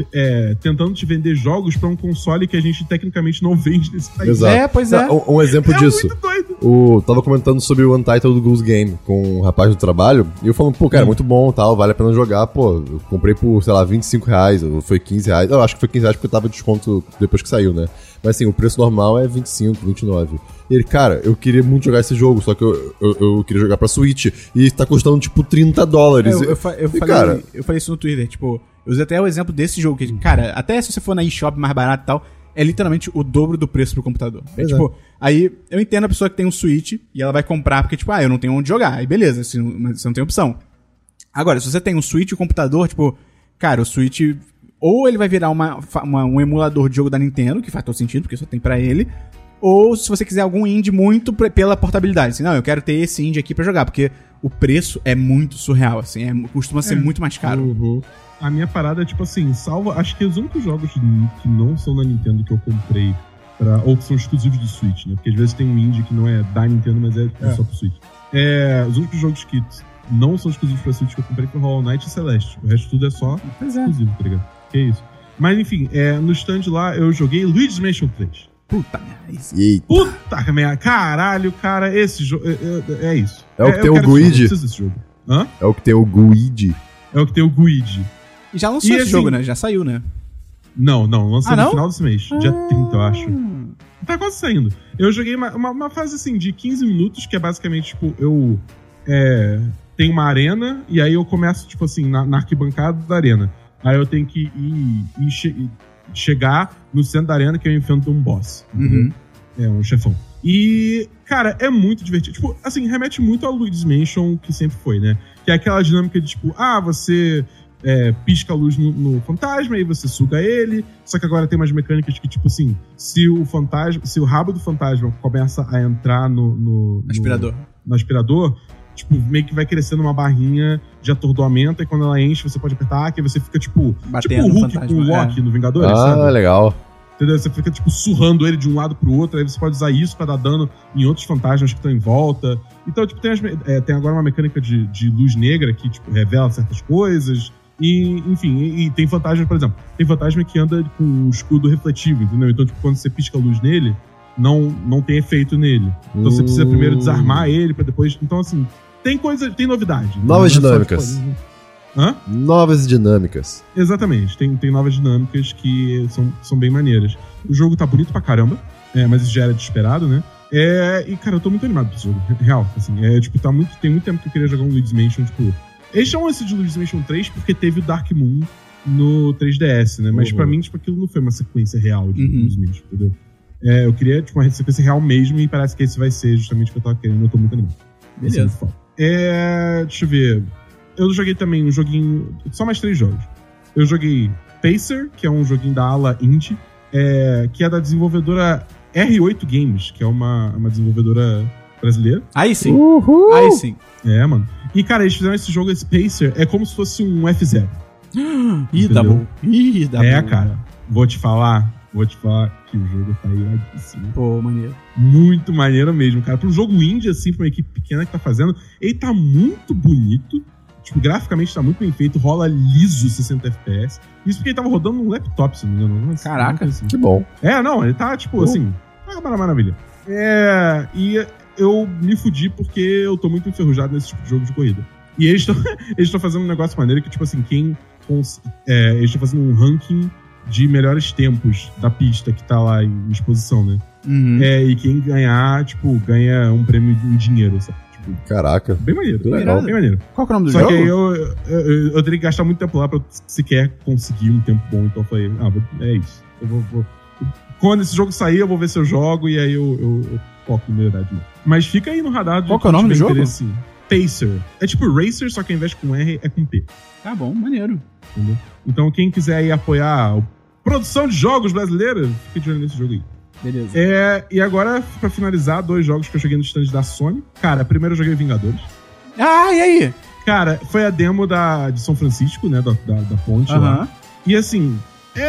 é, tentando te vender jogos pra um console que a gente tecnicamente não vende nesse país. Exato. É, pois é. Um, um exemplo É disso. muito doido. O, tava comentando sobre o Untitled Goose Game com um rapaz do trabalho, e eu falando, pô, cara, muito bom, tal, vale a pena jogar, pô, eu comprei por, sei lá, vinte e cinco reais, ou foi quinze reais, eu acho que foi quinze reais porque tava de desconto depois que saiu, né? Mas assim, o preço normal é vinte e cinco, vinte e nove. E ele, cara, eu queria muito jogar esse jogo, só que eu, eu, eu queria jogar pra Switch, e tá custando, tipo, trinta dólares. É, eu, eu, fa- eu E, falei, cara, eu falei isso no Twitter, tipo, eu usei até o exemplo desse jogo, que, cara, até se você for na eShop mais barato e tal, é literalmente o dobro do preço pro computador. É, Pois é. tipo, aí eu entendo a pessoa que tem um Switch e ela vai comprar porque, tipo, ah, eu não tenho onde jogar. Aí beleza, você não, mas você não tem opção. Agora, se você tem um Switch e um computador, tipo, cara, o Switch ou ele vai virar uma, fa- uma- um emulador de jogo da Nintendo, que faz todo sentido, porque só tem pra ele, ou se você quiser algum indie muito pre- pela portabilidade. Assim, não, eu quero ter esse indie aqui pra jogar, porque o preço é muito surreal, assim, é- costuma ser É. muito mais caro. Uhum. A minha parada é tipo assim, salva. Acho que os únicos jogos que não são da Nintendo que eu comprei, pra, ou que são exclusivos do Switch, né? Porque às vezes tem um indie que não é da Nintendo, mas é, é. só pro Switch. É, os únicos jogos que não são exclusivos pra Switch que eu comprei foi Hollow Knight e Celeste. O resto tudo é só Pois é. exclusivo, tá ligado? Que é isso. Mas enfim, é, no stand lá eu joguei Luigi's Mansion três. Puta merda, isso. eita. Puta merda, caralho, cara, esse jogo. É, é- é isso. É o que eu tem o quero esse jogo, Guide? eu preciso desse jogo. Hã? É o que tem o Guide. É o que tem o Guide. E já lançou E esse assim- jogo, né? Já saiu, né? Não, não, lançou Ah, no não? final desse mês, dia trinta, eu acho. Tá quase saindo. Eu joguei uma, uma, uma fase assim de quinze minutos, que é basicamente, tipo, eu é, tenho uma arena, e aí eu começo, tipo assim, na, na arquibancada da arena. Aí eu tenho que ir, ir che- chegar no centro da arena, que eu enfrento um boss. entendeu? Uhum. É, um chefão. E, cara, é muito divertido. Tipo, assim, remete muito ao Luigi's Mansion, que sempre foi, né? Que é aquela dinâmica de, tipo, ah, você é, pisca a luz no, no fantasma e você suga ele. Só que agora tem umas mecânicas que, tipo assim, se o fantasma, se o rabo do fantasma começa a entrar no... no, no Aspirador. no aspirador, tipo, meio que vai crescendo uma barrinha de atordoamento, e quando ela enche, você pode apertar A, que aí você fica, tipo, Batendo tipo o no Hulk com fantasma, o Loki é. no Vingadores, Ah, sabe? legal. Entendeu? Você fica, tipo, surrando ele de um lado pro outro, aí você pode usar isso pra dar dano em outros fantasmas que estão em volta. Então, tipo, tem, as me- é, tem agora uma mecânica de, de luz negra que, tipo, revela certas coisas. E, enfim, e, e tem fantasmas, por exemplo, tem fantasma que anda com um escudo refletivo, entendeu? Então, tipo, quando você pisca a luz nele, não, não tem efeito nele. Então você precisa primeiro desarmar ele pra depois... Então, assim, tem coisa, tem novidade. Novas Não é só, dinâmicas. tipo, Hã? Novas dinâmicas. Exatamente, tem, tem novas dinâmicas que são, são bem maneiras. O jogo tá bonito pra caramba, é, mas isso já era de esperado, né? É, e, cara, eu tô muito animado pra esse jogo, real. Assim, é, tipo, tá muito, tem muito tempo que eu queria jogar um Luigi's Mansion, tipo... Eles chamam esse de Luigi's Mansion três porque teve o Dark Moon no três D S, né? Mas Uhum. pra mim, tipo, aquilo não foi uma sequência real de Uhum. Luigi's Mansion, entendeu? É, eu queria, tipo, uma sequência real mesmo e parece que esse vai ser justamente o que eu tava querendo. Eu tô muito animado. Vai ser Beleza. muito foda. É, deixa eu ver... Eu joguei também um joguinho... Só mais três jogos. Eu joguei Pacer, que é um joguinho da ala indie, é, que é da desenvolvedora R oito Games, que é uma, uma desenvolvedora brasileira. Aí sim. Uhul! Aí sim. É, mano. E, cara, eles fizeram esse jogo, esse Pacer, é como se fosse um F zero. Ih, dá Entendeu? bom. Ih, dá é, bom. cara. Vou te falar, vou te falar que o jogo tá iradíssimo. Pô, maneiro. Muito maneiro mesmo, cara. Pra um jogo indie, assim, pra uma equipe pequena que tá fazendo, ele tá muito bonito. Tipo, graficamente tá muito bem feito, rola liso sessenta F P S. Isso porque ele tava rodando num laptop, se não me engano. Mas, Caraca. assim. Que bom. É, não, ele tá, tipo, Oh. assim, tá uma maravilha. É, e eu me fudi porque eu tô muito enferrujado nesse tipo de jogo de corrida. E eles estão eles estão fazendo um negócio maneiro que, tipo assim, quem... cons- É, eles estão fazendo um ranking de melhores tempos da pista que tá lá em exposição, né? Uhum. É, e quem ganhar, tipo, ganha um prêmio em dinheiro, sabe? Tipo, Caraca. bem maneiro. Bem legal. Bem maneiro. Qual que é o nome do Só jogo? que aí eu, eu, eu, eu teria que gastar muito tempo lá pra eu sequer conseguir um tempo bom. Então eu falei, ah, vou- é isso. Eu vou, vou- Quando esse jogo sair, eu vou ver se eu jogo e aí eu, eu, eu foco em melhorar de novo. Mas fica aí no radar. de Qual que é o quem nome do tiver jogo? interesse. Pacer. É tipo Racer, só que ao invés de com R, é com P. Tá bom, maneiro. Entendeu? Então quem quiser aí apoiar a produção de jogos brasileira, fica de olho nesse jogo aí. Beleza. É, e agora, pra finalizar, dois jogos que eu joguei no stand da Sony. Cara, primeiro eu joguei Vingadores. Ah, e aí? Cara, foi a demo da, de São Francisco, né? Da, da, da ponte lá. Aham. E assim, é,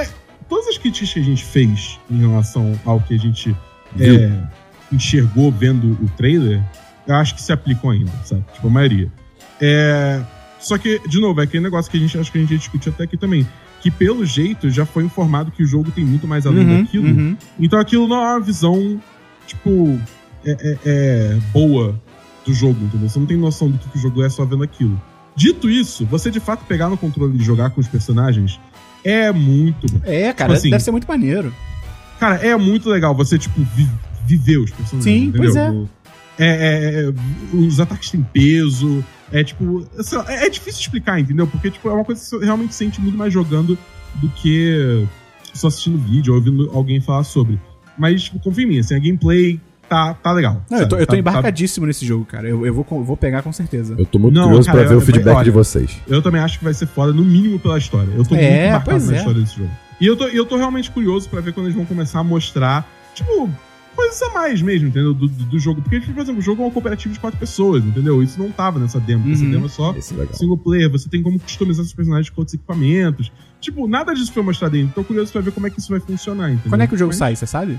todas as críticas que a gente fez em relação ao que a gente é, enxergou vendo o trailer, eu acho que se aplicam ainda, sabe? Tipo, a maioria. É, só que, de novo, é aquele negócio que a gente acho que a gente discutiu até aqui também. Que, pelo jeito, já foi informado que o jogo tem muito mais além Uhum, daquilo. uhum. Então, aquilo não é uma visão, tipo, é, é- é boa do jogo, entendeu? Você não tem noção do que, que o jogo é só vendo aquilo. Dito isso, você, de fato, pegar no controle e jogar com os personagens é muito bom. É, cara, Tipo assim, deve ser muito maneiro. Cara, é muito legal você, tipo, vi- viver os personagens. Sim, entendeu? pois é. O- é, é- é- Os ataques têm peso. É, tipo... sei lá, É, é difícil explicar, entendeu? Porque, tipo, é uma coisa que você realmente sente muito mais jogando do que só assistindo vídeo ou ouvindo alguém falar sobre. Mas, tipo, confia em mim, assim, a gameplay tá, tá legal. Não, eu tô, sabe? eu tô Tá- embarcadíssimo nesse jogo, cara. Eu, eu vou, com- vou pegar com certeza. Eu tô muito Não, curioso cara, pra ver eu- o feedback olha, de vocês. tá- Eu também acho que vai ser foda, no mínimo pela história. Eu tô É, muito embarcado pois na é. história desse jogo. E eu tô, e eu tô realmente curioso pra ver quando eles vão começar a mostrar, tipo, coisas a mais mesmo, entendeu? Do, do, do jogo. Porque, tipo, por exemplo, o jogo é uma cooperativa de quatro pessoas, entendeu? Isso não tava nessa demo. Essa Uhum. demo é só Esse é legal. single player. Você tem como customizar seus personagens com outros equipamentos. Tipo, nada disso foi mostrado ainda. Tô curioso pra ver como é que isso vai funcionar, entendeu? Quando é que o jogo Mas, sai, você sabe?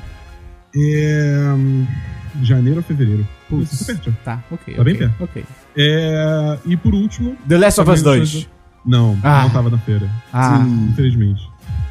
É... hum, Janeiro ou fevereiro. Putz. Tá perto. Tá, ok. Tá bem ok, perto. ok. É... E por último... The Last of Us também dois. deixa eu- Não, Ah. não tava na feira. Ah, Infelizmente.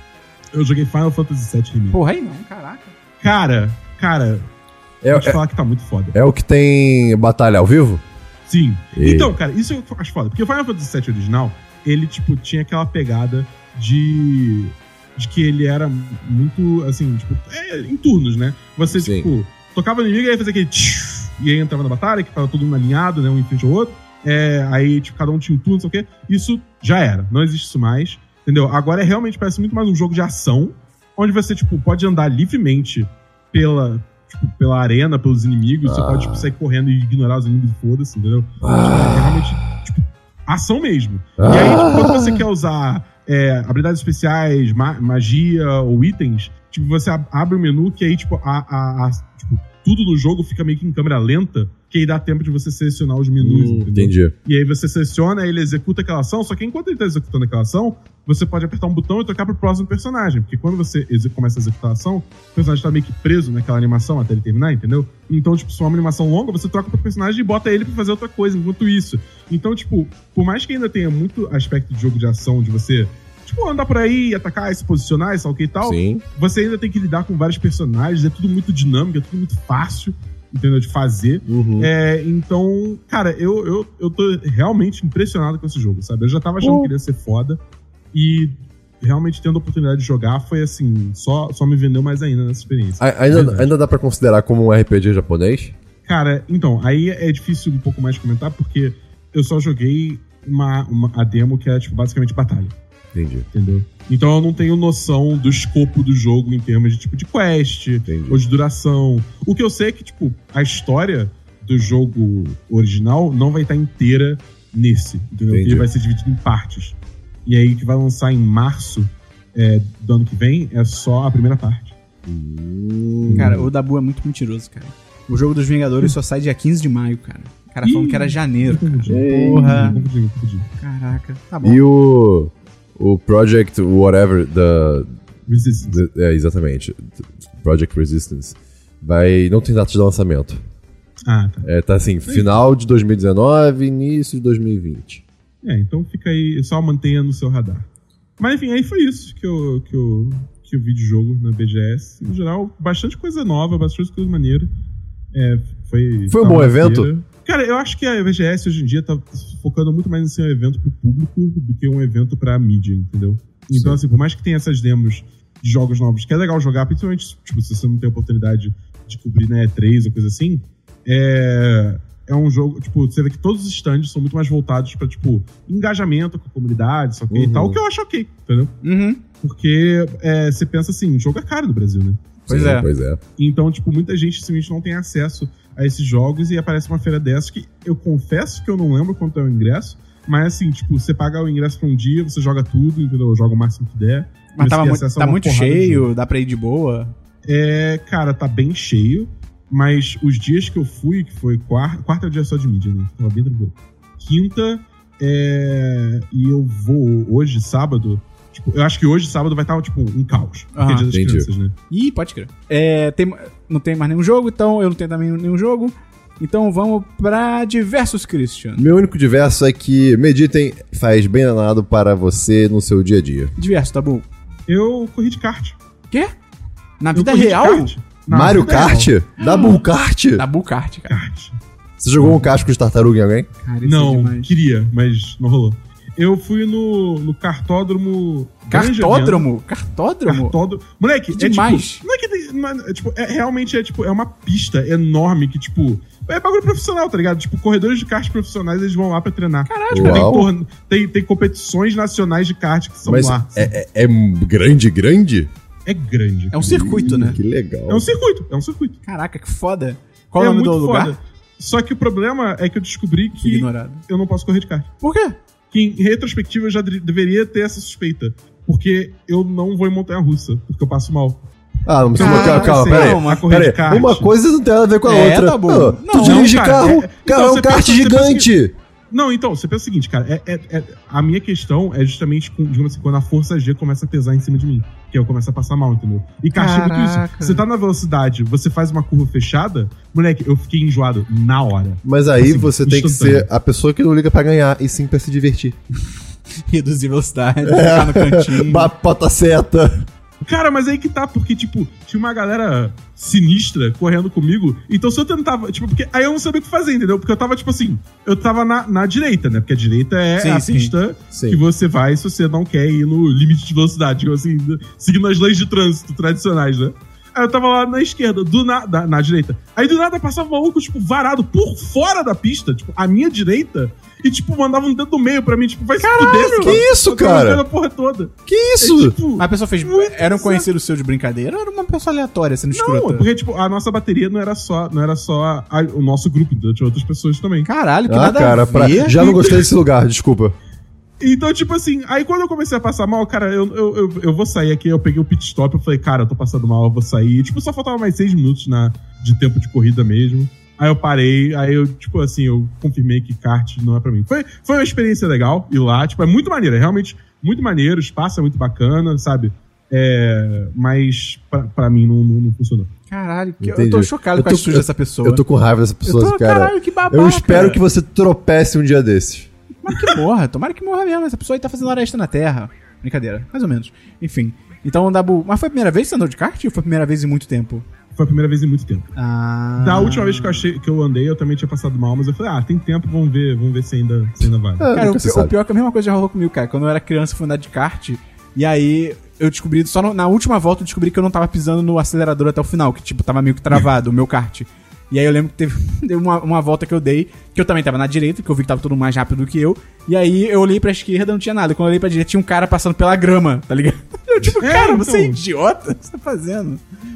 Eu joguei Final Fantasy sete Remake. porra, aí não, caraca. Cara, cara, É, vou te é- falar que tá muito foda. é o que tem batalha ao vivo? Sim. E- Então, cara, isso eu acho foda. Porque o Final Fantasy sete original, ele, tipo, tinha aquela pegada de... de que ele era muito, assim, tipo... É, em turnos, né? Você, Sim. tipo, tocava no inimigo e aí fazia aquele... tchiu, e aí entrava na batalha, que tava todo mundo alinhado, né? Um em frente ao outro. É, aí, tipo, cada um tinha um turno, não sei o quê. Isso já era. Não existe isso mais. Entendeu? Agora é realmente, parece muito mais um jogo de ação, onde você, tipo, pode andar livremente pela... Tipo, pela arena, pelos inimigos, você Ah. pode tipo, sair correndo e ignorar os inimigos e foda-se, entendeu? Ah. É realmente, tipo, ação mesmo. Ah. E aí, tipo, quando você quer usar é, habilidades especiais, ma- magia ou itens, tipo, você ab- abre o menu que aí, tipo, a, a- a- tipo, tudo no jogo fica meio que em câmera lenta, que aí dá tempo de você selecionar os menus, Hum, entendeu? entendi. E aí você seleciona, ele executa aquela ação, só que enquanto ele tá executando aquela ação, você pode apertar um botão e trocar pro próximo personagem. Porque quando você exe- começa a executar a ação, o personagem tá meio que preso naquela animação até ele terminar, entendeu? Então, tipo, se for uma animação longa, você troca pro personagem e bota ele pra fazer outra coisa enquanto isso. Então, tipo, por mais que ainda tenha muito aspecto de jogo de ação, de você, tipo, andar por aí, atacar, se posicionar, isso ok e tal, Sim. você ainda tem que lidar com vários personagens, é tudo muito dinâmico, é tudo muito fácil, entendeu? De fazer. Uhum. É, então, cara, eu, eu, eu tô realmente impressionado com esse jogo, sabe? Eu já tava achando Uh. que ele ia ser foda e realmente tendo a oportunidade de jogar foi assim, só, só me vendeu mais ainda nessa experiência. A- Ainda, Verdade. ainda dá pra considerar como um R P G japonês? Cara, então, aí é difícil um pouco mais comentar porque eu só joguei uma, uma, a demo que é, tipo, basicamente batalha, Entendi. entendeu? Então eu não tenho noção do escopo do jogo em termos de tipo de quest, Entendi. ou de duração. O que eu sei é que, tipo, a história do jogo original não vai estar inteira nesse, entendeu? Entendi. Ele vai ser dividido em partes. E aí, que vai lançar em março é, do ano que vem, é só a primeira parte. Hum. Cara, o Dabu é muito mentiroso, cara. O jogo dos Vingadores só sai dia quinze de maio, cara. O cara falando Ih, que era janeiro, cara. confundi. Porra. Confundi, confundi. Caraca. Tá bom. E o. O Project Whatever da. Resistance. da- É, exatamente. Project Resistance. Vai. Não tem data de lançamento. Ah, tá. É, tá assim, final de dois mil e dezenove, início de dois mil e vinte. É, então fica aí, só mantenha no seu radar. Mas enfim, aí foi isso que eu, que eu, que eu vi de jogo na B G S. No geral, bastante coisa nova, bastante coisa maneira. É, foi, Foi um tava bom na evento? feira. Cara, eu acho que a B G S hoje em dia tá focando muito mais em ser um evento pro público do que um evento pra mídia, entendeu? Então, Sim. assim, por mais que tenha essas demos de jogos novos, que é legal jogar, principalmente tipo, se você não tem a oportunidade de cobrir na E três ou coisa assim, é, é um jogo, tipo, você vê que todos os stands são muito mais voltados pra, tipo, engajamento com a comunidade, só que Uhum. e tal, o que eu acho ok, entendeu? Uhum. Porque é, você pensa assim, o jogo é caro no Brasil, né? Pois Sim, é. Pois é. Então, tipo, muita gente simplesmente não tem acesso a esses jogos e aparece uma feira dessas que eu confesso que eu não lembro quanto é o ingresso, mas assim, tipo, você paga o ingresso pra um dia, você joga tudo, entendeu? Joga o máximo que der. Mas você tava tem muito, acesso a tá uma muito porrada de jogo. cheio, dá pra ir de boa. É, cara, tá bem cheio, mas os dias que eu fui, que foi quarta, quarta é o dia só de mídia, né? Tava bem tranquilo. Quinta, é, e eu vou hoje, sábado, Tipo, eu acho que hoje, sábado, vai estar, tipo, um caos. Porque Aham, é dia das entendi. crianças, né? Ih, pode crer. É, tem, não tem mais nenhum jogo, então eu não tenho também nenhum jogo. Então vamos pra diversos, Christian. Meu único diverso é que meditem faz bem danado para você no seu dia a dia. Diverso, tá bom? Eu corri de kart. Quê? Na Eu vida corri de real? kart. Na Mario vida real. Kart? Double Kart? Da Bullcart, cara. Kart. Você jogou um casco de tartaruga em alguém? Cara, isso é Não, demais. queria, mas não rolou. Eu fui no, no cartódromo... Granja Cartódromo? Cartódromo? Cartódromo. Moleque, Demais. é tipo... Não é que tem- não é, é, tipo, é, realmente é tipo, é uma pista enorme que, tipo... É bagulho profissional, tá ligado? Tipo, corredores de kart profissionais, eles vão lá pra treinar. Caralho, Tipo, tem, Uau. torne- tem, tem competições nacionais de kart que são Mas lá. é, é- é grande, grande? É grande. É um circuito, né? Que legal. É um circuito, é um circuito. Caraca, que foda. Qual é é o nome muito do lugar? foda. Só que o problema é que eu descobri que Ignorado. eu não posso correr de kart. Por quê? Que em retrospectiva eu já de- deveria ter essa suspeita. Porque eu não vou em montanha-russa, porque eu passo mal. Ah, não precisa. Ah, calma, calma, sim, pera aí. uma corrida Pera de aí. kart. Uma coisa não tem nada a ver com a É, outra. tá bom. Pô, Não, tu dirige não, cara, carro, é- carro então, é um você kart pensa- você pensa gigante. Não, então, você pensa o seguinte, cara. É, é- é- a minha questão é justamente, com, digamos assim, quando a força G começa a pesar em cima de mim. Que eu começo a passar mal, entendeu? E kart é muito isso. Caraca. Você tá na velocidade, você faz uma curva fechada, moleque, eu fiquei enjoado na hora. Mas aí Assim, você tem que instantâneo. ser a pessoa que não liga pra ganhar e sim pra se divertir. Reduzir velocidade, ficar no cantinho. Ba- Bota seta. Cara, mas aí que tá, porque, tipo, tinha uma galera sinistra correndo comigo. Então, se eu tentava, tipo, porque aí eu não sabia o que fazer, entendeu? Porque eu tava, tipo assim, eu tava na, na direita, né? Porque a direita é Sim, a sim. pista Sim. que você vai se você não quer ir no limite de velocidade, tipo assim, seguindo as leis de trânsito tradicionais, né? Aí eu tava lá na esquerda, do nada, na direita. Aí do nada passava um maluco, tipo, varado por fora da pista, tipo, à minha direita, e, tipo, mandava um dedo no meio pra mim, tipo, vai se fuder. que isso, Eu tava cara? vendo a porra toda. Que isso? É, tipo, Mas a pessoa fez. muito Era um bizarro. conhecido seu de brincadeira ou era uma pessoa aleatória sendo Não, escrota? porque, tipo, a nossa bateria não era só, não era só a- a- o nosso grupo, então tinha outras pessoas também. Caralho, que Ah, nada cara, a pra- ver. já não gostei desse lugar, desculpa. Então, tipo assim, aí quando eu comecei a passar mal, cara, eu, eu, eu, eu vou sair aqui, eu peguei o pit stop, eu falei, cara, eu tô passando mal, eu vou sair. Tipo, só faltava mais seis minutos na, de tempo de corrida mesmo. Aí eu parei, aí eu, tipo assim, eu confirmei que kart não é pra mim. Foi, foi uma experiência legal ir lá, tipo, é muito maneiro, é realmente muito maneiro, o espaço é muito bacana, sabe? É, mas pra, pra mim não, não, não funcionou. Caralho, que- eu Entendi. tô chocado Eu com a tô- atitude dessa pessoa. Eu tô com raiva dessa pessoa, Eu tô- cara. caralho, que babaca. Eu espero que você tropece um dia desses. Tomara que morra, tomara que morra mesmo. Essa pessoa aí tá fazendo hora extra na Terra. Brincadeira, mais ou menos. Enfim. Então, Dabu. Mas foi a primeira vez que você andou de kart ou foi a primeira vez em muito tempo? Foi a primeira vez em muito tempo. Ah. Da última vez que eu, achei, que eu andei, eu também tinha passado mal, mas eu falei, ah, tem tempo, vamos ver, vamos ver se ainda, se ainda vale. Ah, Cara, nunca o, se pi- o sabe. pior é que a mesma coisa já rolou comigo, cara. Quando eu era criança, eu fui andar de kart. E aí eu descobri, só no- na última volta, eu descobri que eu não tava pisando no acelerador até o final, que tipo, tava meio que travado o meu kart. E aí eu lembro que teve, teve uma, uma volta que eu dei, que eu também tava na direita, que eu vi que tava todo mundo mais rápido do que eu. E aí eu olhei pra esquerda, não tinha nada. Quando eu olhei pra direita, tinha um cara passando pela grama, tá ligado? Eu tipo, É, cara, então. você é idiota? O que você tá fazendo?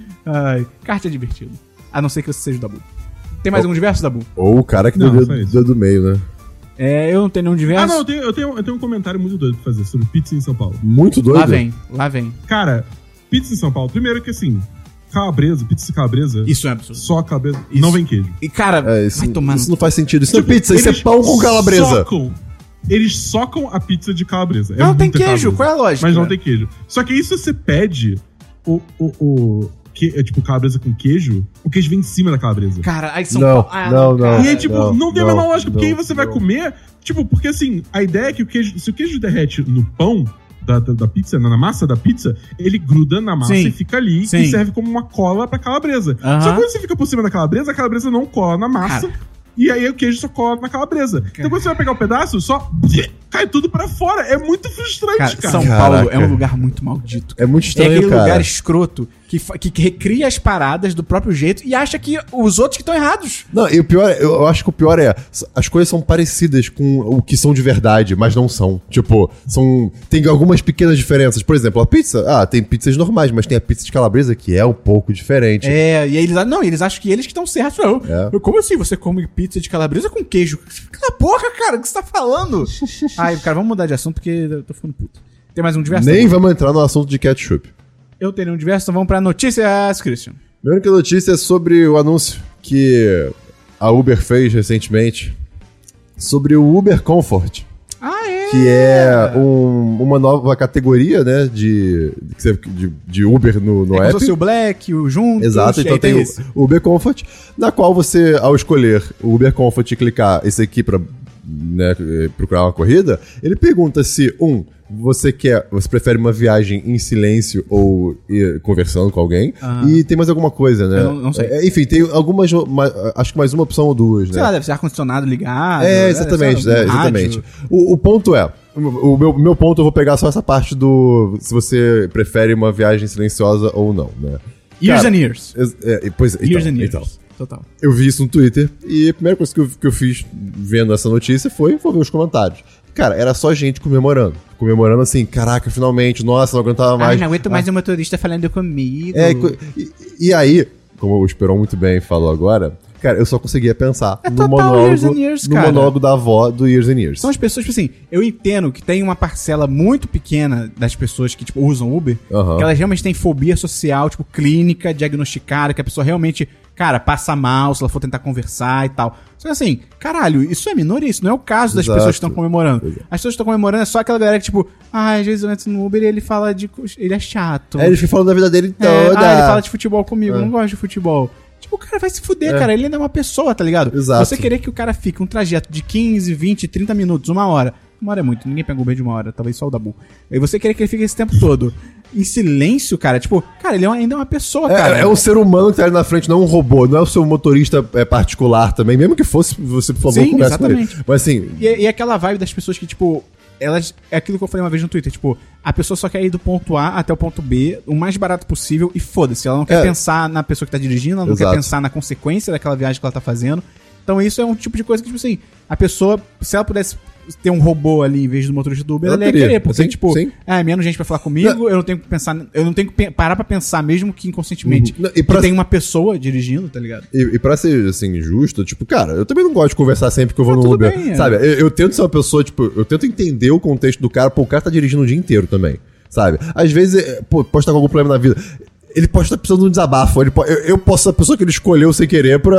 Ai, kart é divertido. A não ser que você seja o Dabu. Tem mais algum diverso, Dabu? Ou o cara que Não, deu só o isso. dedo do meio, né? É, eu não tenho nenhum diverso. Ah, não, eu tenho, eu, tenho, eu tenho um comentário muito doido pra fazer sobre pizza em São Paulo. Muito doido. Lá vem, lá vem. Cara, pizza em São Paulo, primeiro que assim, calabresa, pizza de calabresa, Isso é absurdo. só calabresa, Isso. não vem queijo. E, cara, É, isso, vai tomar isso no... não faz sentido. Isso não é Tipo, pizza, isso é eles pão com calabresa. Socam, eles socam a pizza de calabresa. É Não tem muita queijo, calabresa. qual é a lógica? Mas não tem queijo. Só que aí se você pede o, o, o que, é, tipo, calabresa com queijo, o queijo vem em cima da calabresa. Cara, aí São Não, Paulo... Ah, não, cara. não. E aí, tipo, não, não, tem a não, menor lógica, porque não, aí você vai não. comer, tipo, porque assim, a ideia é que o queijo, se o queijo derrete no pão da, da, da pizza, na massa da pizza, ele gruda na massa Sim. e fica ali Sim. e serve como uma cola pra calabresa. Aham. Só que quando você fica por cima da calabresa, a calabresa não cola na massa. Cara. E aí o queijo só cola na calabresa. Então quando você vai pegar o pedaço, só cai tudo pra fora. É muito frustrante, Cara, cara. São Caraca. Paulo é um lugar muito maldito. É muito É estranho, aquele cara. lugar escroto que, fa- que recria as paradas do próprio jeito e acha que os outros que estão errados. Não, e o pior, é- eu acho que o pior é, as coisas são parecidas com o que são de verdade, mas não são. Tipo, são, tem algumas pequenas diferenças. Por exemplo, a pizza, ah, tem pizzas normais, mas tem a pizza de calabresa que é um pouco diferente. É, e aí eles, não, eles acham que eles que estão certos. Não. É. Como assim você come pizza de calabresa com queijo? Cala a boca, cara, o que você tá falando? Ai, cara, vamos mudar de assunto porque eu tô ficando puto. Tem mais um diverso? Nem vamos entrar no assunto de ketchup. Eu tenho um diverso, então vamos pra notícias, Christian. Minha única notícia é sobre o anúncio que a Uber fez recentemente sobre o Uber Comfort. Ah, é? que é um, uma nova categoria, né, de, de, de Uber no, no é app. como se fosse o Black, o Juntos. Exato, então tem, tem o Uber Comfort, na qual você, ao escolher o Uber Comfort e clicar esse aqui pra, né, procurar uma corrida, ele pergunta se, um, você quer, você prefere uma viagem em silêncio ou ir conversando com alguém, uhum. e tem mais alguma coisa, né? Eu não, não sei. É, enfim, tem algumas, mais, acho que mais uma opção ou duas, né? Sei lá, deve ser ar-condicionado ligado. É, exatamente, né? é, exatamente. O, o ponto é, o meu, meu ponto eu vou pegar só essa parte do se você prefere uma viagem silenciosa ou não, né? Years Cara, and years. É, pois, então, Years and years. Então. Total. Eu vi isso no Twitter e a primeira coisa que eu, que eu fiz vendo essa notícia foi, foi ver os comentários. Cara, era só gente comemorando. Comemorando assim, caraca, finalmente, nossa, não aguentava mais. Ah, não aguento mais o motorista falando comigo. É, e, e aí, como o Esperon muito bem falou agora, cara, eu só conseguia pensar é no, monólogo, years monólogo, years, no monólogo da avó do Years and Years. São as pessoas, tipo assim, eu entendo que tem uma parcela muito pequena das pessoas que, tipo, usam Uber, uhum. que elas realmente têm fobia social, tipo, clínica, diagnosticada, que a pessoa realmente, cara, passa mal se ela for tentar conversar e tal. Só que assim, caralho, isso é minoria, isso não é o caso das Exato. pessoas que estão comemorando. Exato. As pessoas que estão comemorando é só aquela galera que, tipo, ah, às vezes eu entro no Uber e ele fala de... ele é chato. É, ele fica falando da vida dele toda. É, ah, ele fala de futebol comigo, é. eu não gosto de futebol. Tipo, o cara vai se fuder, é. cara. Ele ainda é uma pessoa, tá ligado? Exato. Você querer que o cara fique um trajeto de quinze, vinte, trinta minutos, uma hora. Uma hora é muito, ninguém pega o Uber de uma hora, talvez só o Dabu. E você querer que ele fique esse tempo todo em silêncio, cara. Tipo, cara, ele é uma, ainda é uma pessoa, é, cara. É um ser humano que tá ali na frente, não é um robô. Não é o seu motorista é, particular também. Mesmo que fosse, você, por favor, Sim, converse com ele. exatamente. Mas assim... E, e aquela vibe das pessoas que, tipo... elas é aquilo que eu falei uma vez no Twitter, tipo, a pessoa só quer ir do ponto A até o ponto B o mais barato possível e foda-se, ela não quer É. pensar na pessoa que tá dirigindo, ela não Exato. quer pensar na consequência daquela viagem que ela tá fazendo. Então isso é um tipo de coisa que, tipo assim, a pessoa, se ela pudesse ter um robô ali em vez do motorista do Uber, Ela ela ia teria. querer, porque, Sim, tipo, sim. ah, é menos gente pra falar comigo, Não. eu não tenho que pensar, eu não tenho que pe- parar pra pensar, mesmo que inconscientemente, Uhum. E pra- que tem uma pessoa dirigindo, tá ligado? E, e pra ser, assim, justo, tipo, cara, eu também não gosto de conversar sempre que eu vou Ah, no tudo Uber, bem, é. sabe? Eu, eu tento ser uma pessoa, tipo, eu tento entender o contexto do cara, pô, o cara tá dirigindo o dia inteiro também, sabe? Às vezes, é, pô, pode estar com algum problema na vida. Ele pode estar precisando de um desabafo, ele pode, eu, eu posso ser a pessoa que ele escolheu sem querer pra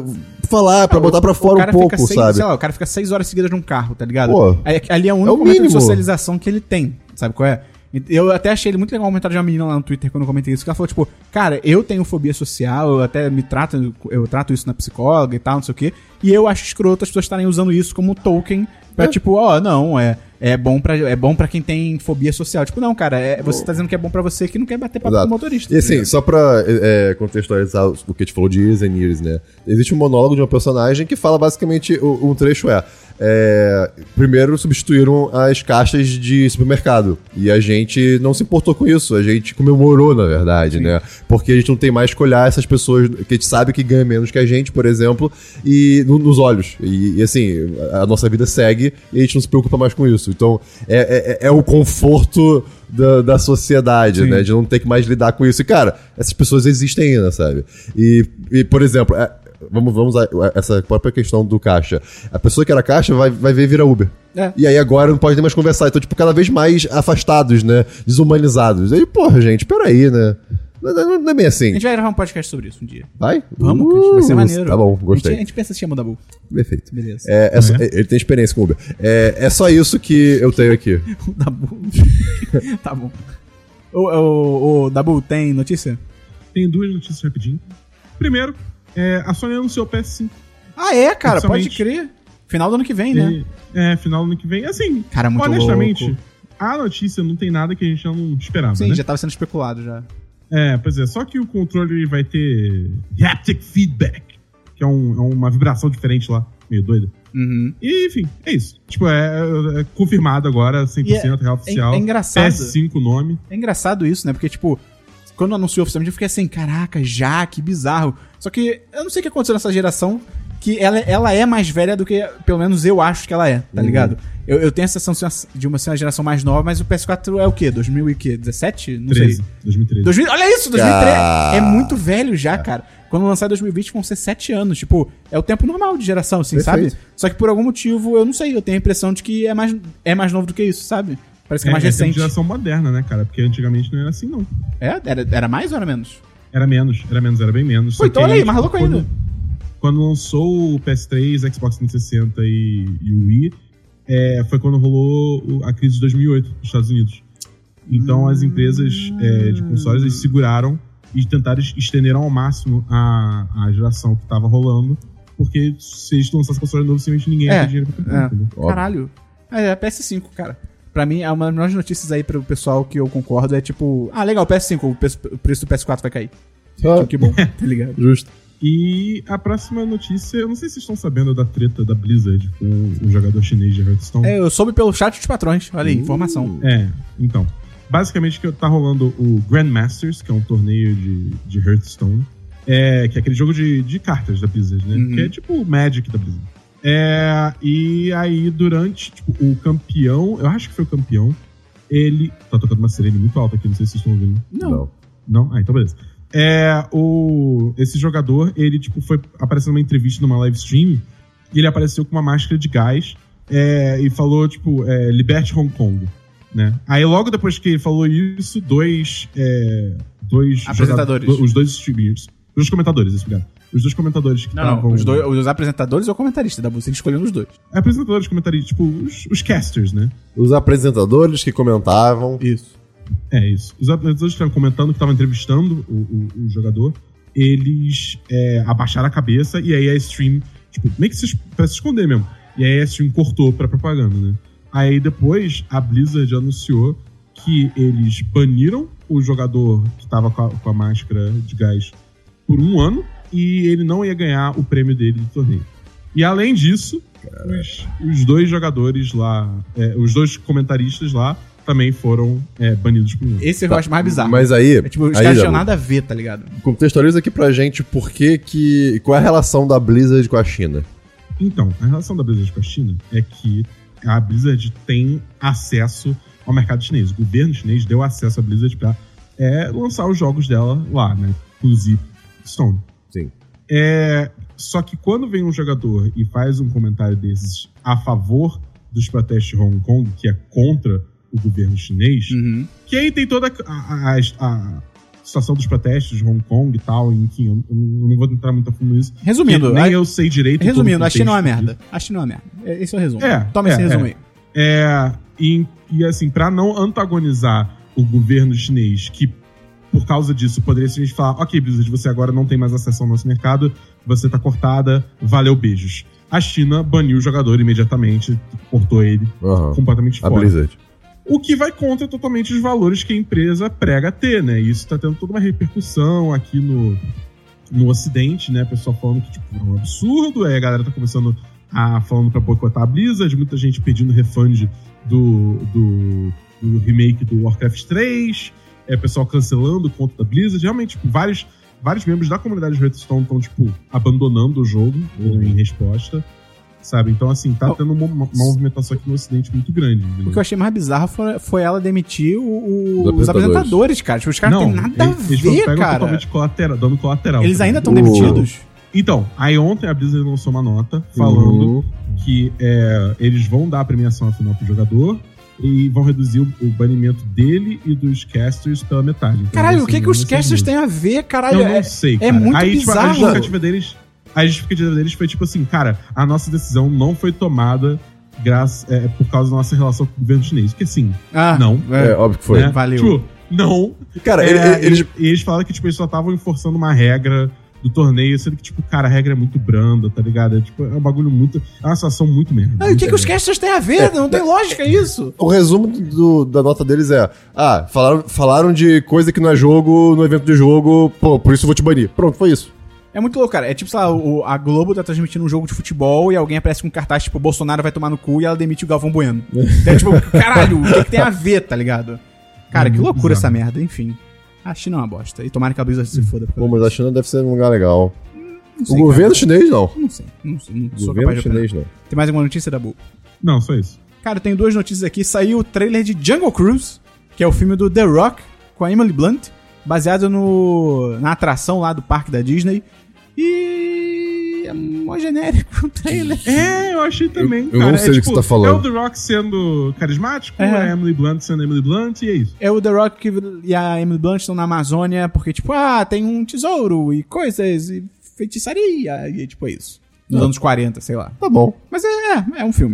falar, pra Ah, botar o- pra o fora cara um pouco, fica seis, sabe? sei lá, o cara fica seis horas seguidas num carro, tá ligado? Pô, Aí, ali é o é único o momento de mínimo. socialização que ele tem, sabe qual é? Eu até achei ele muito legal o comentário de uma menina lá no Twitter quando eu comentei isso, que ela falou, tipo, cara, eu tenho fobia social, eu até me trato, eu trato isso na psicóloga e tal, não sei o quê, e eu acho escroto as pessoas estarem usando isso como token pra, É. tipo, ó, não, é, é bom pra, é bom pra quem tem fobia social. Tipo, não, cara, é, você tá dizendo que é bom pra você que não quer bater papo Exato. com o motorista. E tá assim, ligado? só pra é, contextualizar o que a gente falou de Years and Years, né? Existe um monólogo de uma personagem que fala basicamente, o- um trecho é, é... Primeiro substituíram as caixas de supermercado. E a gente não se importou com isso. A gente comemorou, na verdade, Sim. né? Porque a gente não tem mais que olhar essas pessoas que a gente sabe que ganham menos que a gente, por exemplo, e no- nos olhos. E, e, assim, a nossa vida segue e a gente não se preocupa mais com isso. Então, é, é, é o conforto da, da sociedade, Sim. né? De não ter que mais lidar com isso. E, cara, essas pessoas existem ainda, sabe? E, e por exemplo, é, vamos, vamos a essa própria questão do caixa. A pessoa que era caixa vai, vai ver virar Uber. É. E aí agora não pode nem mais conversar. Então, tipo, cada vez mais afastados, né? Desumanizados. Aí, porra, gente, peraí, né? Não, não, não é bem A assim. gente vai gravar um podcast sobre isso um dia. Vai? Vamos, Christian, vai ser Uh, maneiro. Tá bom, A gente, a gostei. gente pensa se chama o Dabu. Perfeito. Beleza. É, é só- ele tem experiência com Uber. É, é só isso que eu tenho aqui. O Dabu. Tá bom. O, o, o Dabu, tem notícia? Tem duas notícias rapidinho. Primeiro, é, a Sony anunciou o P S cinco. Ah, é, cara, pode Oficialmente. crer. Final do ano que vem, né? E, é, final do ano que vem. Assim, Cara, muito honestamente, louco. a notícia não tem nada que a gente não esperava, Sim, né? já tava sendo especulado já. É, pois é. Só que o controle vai ter haptic feedback, que é, um- é uma vibração diferente lá, meio doida. Uhum. E, enfim, é isso. Tipo, é, é confirmado agora, cem por cento, E é- real oficial. é engraçado. P S cinco o nome. É engraçado isso, né? Porque, tipo, quando anunciou oficialmente, eu fiquei assim, caraca, já, que bizarro. Só que eu não sei o que aconteceu nessa geração, que ela, ela é mais velha do que, pelo menos eu acho que ela é, tá Uhum. ligado? Eu, eu tenho a sensação de uma, ser uma geração mais nova, mas o P S quatro é o quê? dois mil e dezessete? Não treze. sei. dois mil e treze. dois mil, olha isso, dois mil e treze. Ah. É muito velho já, cara. Quando lançar em dois mil e vinte vão ser sete anos. Tipo, é o tempo normal de geração, assim, Perfeito. sabe? Só que por algum motivo, eu não sei, eu tenho a impressão de que é mais, é mais novo do que isso, sabe? Parece que é, mais é, é tempo recente. de geração moderna, né, cara? Porque antigamente não era assim, não. É? Era, era mais ou era menos? Era menos, era menos, era bem menos. Pô, Só então que olha aí, tipo, mais louco quando, ainda. Quando lançou o P S três, Xbox trezentos e sessenta e, e o Wii, é, foi quando rolou o- a crise de dois mil e oito nos Estados Unidos. Então as empresas é, de consoles eles seguraram e tentaram estender ao máximo a, a geração que tava rolando, porque se eles lançassem console novo, simplesmente ninguém ia É, ter dinheiro pra comprar. é. entendeu? Caralho. É, é P S cinco, cara. Pra mim, uma das melhores notícias aí pro pessoal que eu concordo é tipo... Ah, legal, P S cinco, o preço, o preço do P S quatro vai cair. Ah, Que bom, tá ligado? justo. E a próxima notícia, eu não sei se vocês estão sabendo da treta da Blizzard com o jogador chinês de Hearthstone. É, eu soube pelo chat dos patrões. Olha aí, informação. É, então. Basicamente que tá rolando o Grandmasters, que é um torneio de, de Hearthstone. É, que é aquele jogo de, de cartas da Blizzard, né? Uhum. Que é tipo o Magic da Blizzard. É, e aí, durante tipo, o campeão, eu acho que foi o campeão, ele. Tá tocando uma sirene muito alta aqui, não sei se vocês estão ouvindo. Não. Não. Não? Ah, então beleza. É, o, esse jogador, ele tipo, foi aparecendo numa entrevista numa live stream e ele apareceu com uma máscara de gás é, e falou, tipo, é, liberte Hong Kong, né? Aí logo depois que ele falou isso, dois... É, dois Apresentadores. jogadores- os dois streamers, os dois comentadores, isso, obrigado. Os dois comentadores que Não, não, estavam... os, dois, os apresentadores ou comentaristas da música, tem que escolher um dos dois. Apresentadores, comentaristas, tipo, os, os casters, né? Os apresentadores que comentavam. Isso. É isso. Os apresentadores que estavam comentando, que estavam entrevistando o, o, o jogador, eles é, abaixaram a cabeça e aí a stream, tipo, meio que se, pra se esconder mesmo. E aí a stream cortou pra propaganda, né? Aí depois a Blizzard anunciou que eles baniram o jogador que tava com a, com a máscara de gás por um ano e ele não ia ganhar o prêmio dele do torneio. E além disso, os, os dois jogadores lá, é, os dois comentaristas lá, também foram é, banidos por um ano. Esse eu acho mais bizarro. Mas aí. É tipo, os aí, caras tinham Dabu, nada a ver, tá ligado? contextualiza aqui pra gente por que que. Qual é a relação da Blizzard com a China? Então, a relação da Blizzard com a China é que a Blizzard tem acesso ao mercado chinês. O governo chinês deu acesso à Blizzard pra é, lançar os jogos dela lá, né? Inclusive Stone. Sim. É, só que quando vem um jogador e faz um comentário desses a favor dos protestos de Hong Kong, que é contra o governo chinês, Uhum. que aí tem toda a, a, a situação dos protestos de Hong Kong e tal, enfim, eu, eu não vou entrar muito a fundo nisso. Resumindo, porque nem a- eu sei direito. Resumindo, todo o a China é uma contexto merda. A China é uma merda. É, esse é o resumo. É, Toma é, esse resumo é. aí. É, e, e assim, pra não antagonizar o governo chinês, que por causa disso poderia simplesmente falar: ok, Blizzard, você agora não tem mais acesso ao nosso mercado, você tá cortada, valeu, beijos. A China baniu o jogador imediatamente, cortou ele Aham. completamente A fora. Blizzard. O que vai contra totalmente os valores que a empresa prega ter, né? E isso tá tendo toda uma repercussão aqui no, no Ocidente, né? O pessoal falando que tipo, é um absurdo, aí a galera tá começando a falando pra boicotar a Blizzard, muita gente pedindo refund do, do, do remake do Warcraft três, é, o pessoal cancelando o conto da Blizzard. Realmente, tipo, vários, vários membros da comunidade de Hearthstone estão, tipo, abandonando o jogo Uhum. em resposta. Sabe? Então, assim, tá tendo uma, uma movimentação aqui no Ocidente muito grande. O que eu achei mais bizarro foi, foi ela demitir o- o- Os os apresentadores. apresentadores, cara. Tipo, os caras não têm nada a eles, eles ver, pegam cara. totalmente colateral, dando colateral. Eles também. ainda estão O- demitidos. Então, aí ontem a Blizzard lançou uma nota falando Uhum. que é, eles vão dar a premiação final pro jogador e vão reduzir o, o banimento dele e dos casters pela metade. Então, Caralho, o assim, que, que não os vai ser casters justo. têm a ver, caralho? Eu não É- sei, é cara. muito aí, tipo, a bizarro. justificativa deles, a justificativa deles foi tipo assim, cara, a nossa decisão não foi tomada graças, é, por causa da nossa relação com o governo chinês. Porque assim, Ah, não. É, óbvio que foi. né? valeu. Tipo, não. Cara, É, ele- ele- eles. e eles falaram que tipo, eles só estavam enforçando uma regra do torneio, sendo que, tipo, cara, a regra é muito branda, tá ligado? É, tipo, é um bagulho muito. É uma situação muito merda. Ah, e o que, que os casters têm a ver? Não tem lógica isso. O resumo do- da nota deles é: ah, falaram, falaram de coisa que não é jogo no evento de jogo, pô, por isso eu vou te banir. Pronto, foi isso. É muito louco, cara. É tipo, sei lá, o- a Globo tá transmitindo um jogo de futebol e alguém aparece com um cartaz tipo, Bolsonaro vai tomar no cu e ela demite o Galvão Bueno. É tipo, caralho, o que, que tem a ver, tá ligado? Cara, É que muito loucura essa bizarro. merda, enfim. A China é uma bosta. E tomara que a Blizzard se foda. Pô, mas a China deve ser um lugar legal. Não O sei, governo cara. chinês, não. Não sei, não sei. Não O sou governo capaz de opinar. chinês, não. Tem mais alguma notícia, Dabu? Não, só isso. Cara, eu tenho duas notícias aqui. Saiu o trailer de Jungle Cruise, que é o filme do The Rock, com a Emily Blunt, baseado no, na atração lá do parque da Disney. E é mó genérico o trailer. É, eu achei também, eu cara. não sei é, do que você tá falando. É o The Rock sendo carismático, É. é a Emily Blunt sendo Emily Blunt, e é isso. É o The Rock e a Emily Blunt estão na Amazônia porque, tipo, ah, tem um tesouro e coisas e feitiçaria. E, tipo, é isso. Nos Ah. anos quarenta, sei lá. Tá bom. Mas é, é, é um filme.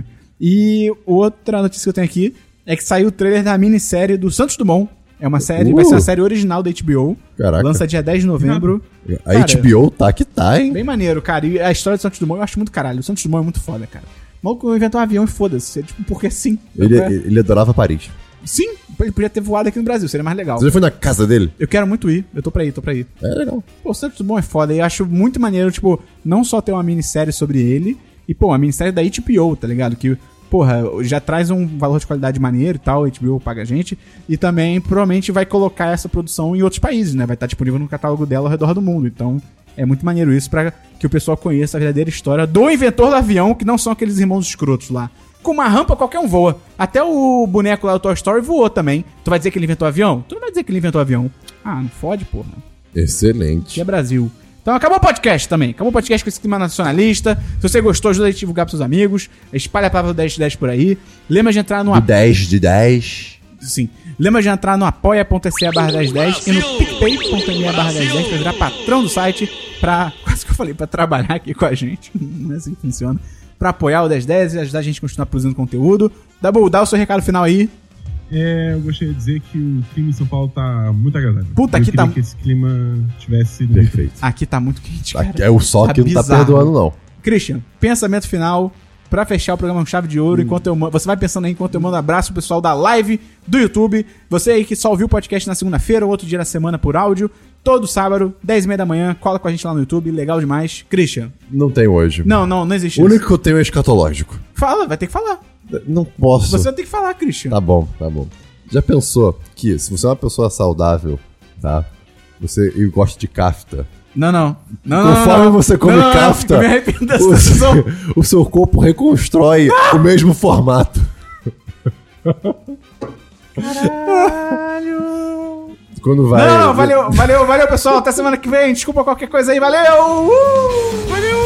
E outra notícia que eu tenho aqui é que saiu o trailer da minissérie do Santos Dumont. É uma série, Uh. vai ser uma série original da H B O. Caraca. Lança dia dez de novembro. A Cara, H B O tá que tá, hein? Bem maneiro, cara. E a história do Santos Dumont eu acho muito caralho. O Santos Dumont é muito foda, cara. O maluco inventou um avião e foda-se. É tipo, porque sim. Ele, É. ele adorava Paris. Sim, ele podia ter voado aqui no Brasil, seria mais legal. Você já foi na casa dele? Eu quero muito ir, eu tô pra ir, tô pra ir. É legal. Pô, o Santos Dumont é foda e eu acho muito maneiro, tipo, não só ter uma minissérie sobre ele, e, pô, uma minissérie da H B O, tá ligado? Que, porra, já traz um valor de qualidade maneiro e tal, a H B O paga a gente, e também provavelmente vai colocar essa produção em outros países, né? Vai estar disponível no catálogo dela ao redor do mundo, então é muito maneiro isso pra que o pessoal conheça a verdadeira história do inventor do avião, que não são aqueles irmãos escrotos lá. Com uma rampa, qualquer um voa. Até o boneco lá do Toy Story voou também. Tu vai dizer que ele inventou avião? Tu não vai dizer que ele inventou avião. Ah, não fode, porra. Excelente. Aqui é Brasil. Então acabou o podcast também. Acabou o podcast com esse clima nacionalista. Se você gostou, ajuda a divulgar pros seus amigos. Espalha a palavra do dez de dez por aí. Lembra de entrar no... De dez de dez. Sim. Lembra de entrar no apoia.se barra dez dez e no picpay.me barra dez dez pra virar patrão do site pra... Quase que eu falei, pra trabalhar aqui com a gente. Não é assim que funciona. Pra apoiar o dez dez e ajudar a gente a continuar produzindo conteúdo. Dabu, dá o seu recado final aí. É, eu gostaria de dizer que o clima em São Paulo tá muito agradável. Puta, eu aqui queria tá- que esse clima tivesse... no- Perfeito. Aqui tá muito quente, cara. Aqui é o sol Tá que não tá bizarro. perdoando, não. Christian, pensamento final pra fechar o programa com chave de ouro. Hum. Enquanto eu mando, você vai pensando aí enquanto eu mando um abraço pro pessoal da live do YouTube. Você aí que só ouviu o podcast na segunda-feira, outro dia na semana por áudio. Todo sábado, dez e meia da manhã, cola com a gente lá no YouTube. Legal demais. Christian. Não tem hoje. Não, não, não existe O isso. único que eu tenho é escatológico. Fala, vai ter que falar. Não posso. Você vai ter que falar, Christian. Tá bom, tá bom. Já pensou que se você é uma pessoa saudável, tá? Você e gosta de kafta. Não, não. Não, não, Conforme não, não. você come Não, não, não. kafta, Eu me arrependo dessa o, decisão. seu, o seu corpo reconstrói o mesmo formato. Caralho. Quando vai. Não, valeu, valeu, valeu, pessoal. Até semana que vem. Desculpa qualquer coisa aí. Valeu! Uh! Valeu!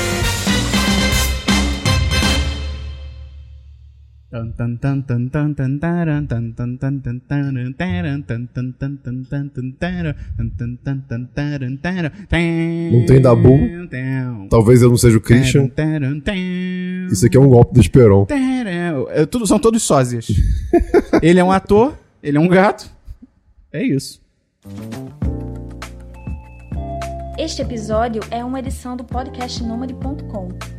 Não tem Dabu. Talvez eu não seja o Christian. Isso aqui é um golpe do Esperon. É, tudo, são todos sósias. Ele é um ator, ele é um gato. É isso. Este episódio é uma edição do podcast nômade ponto com.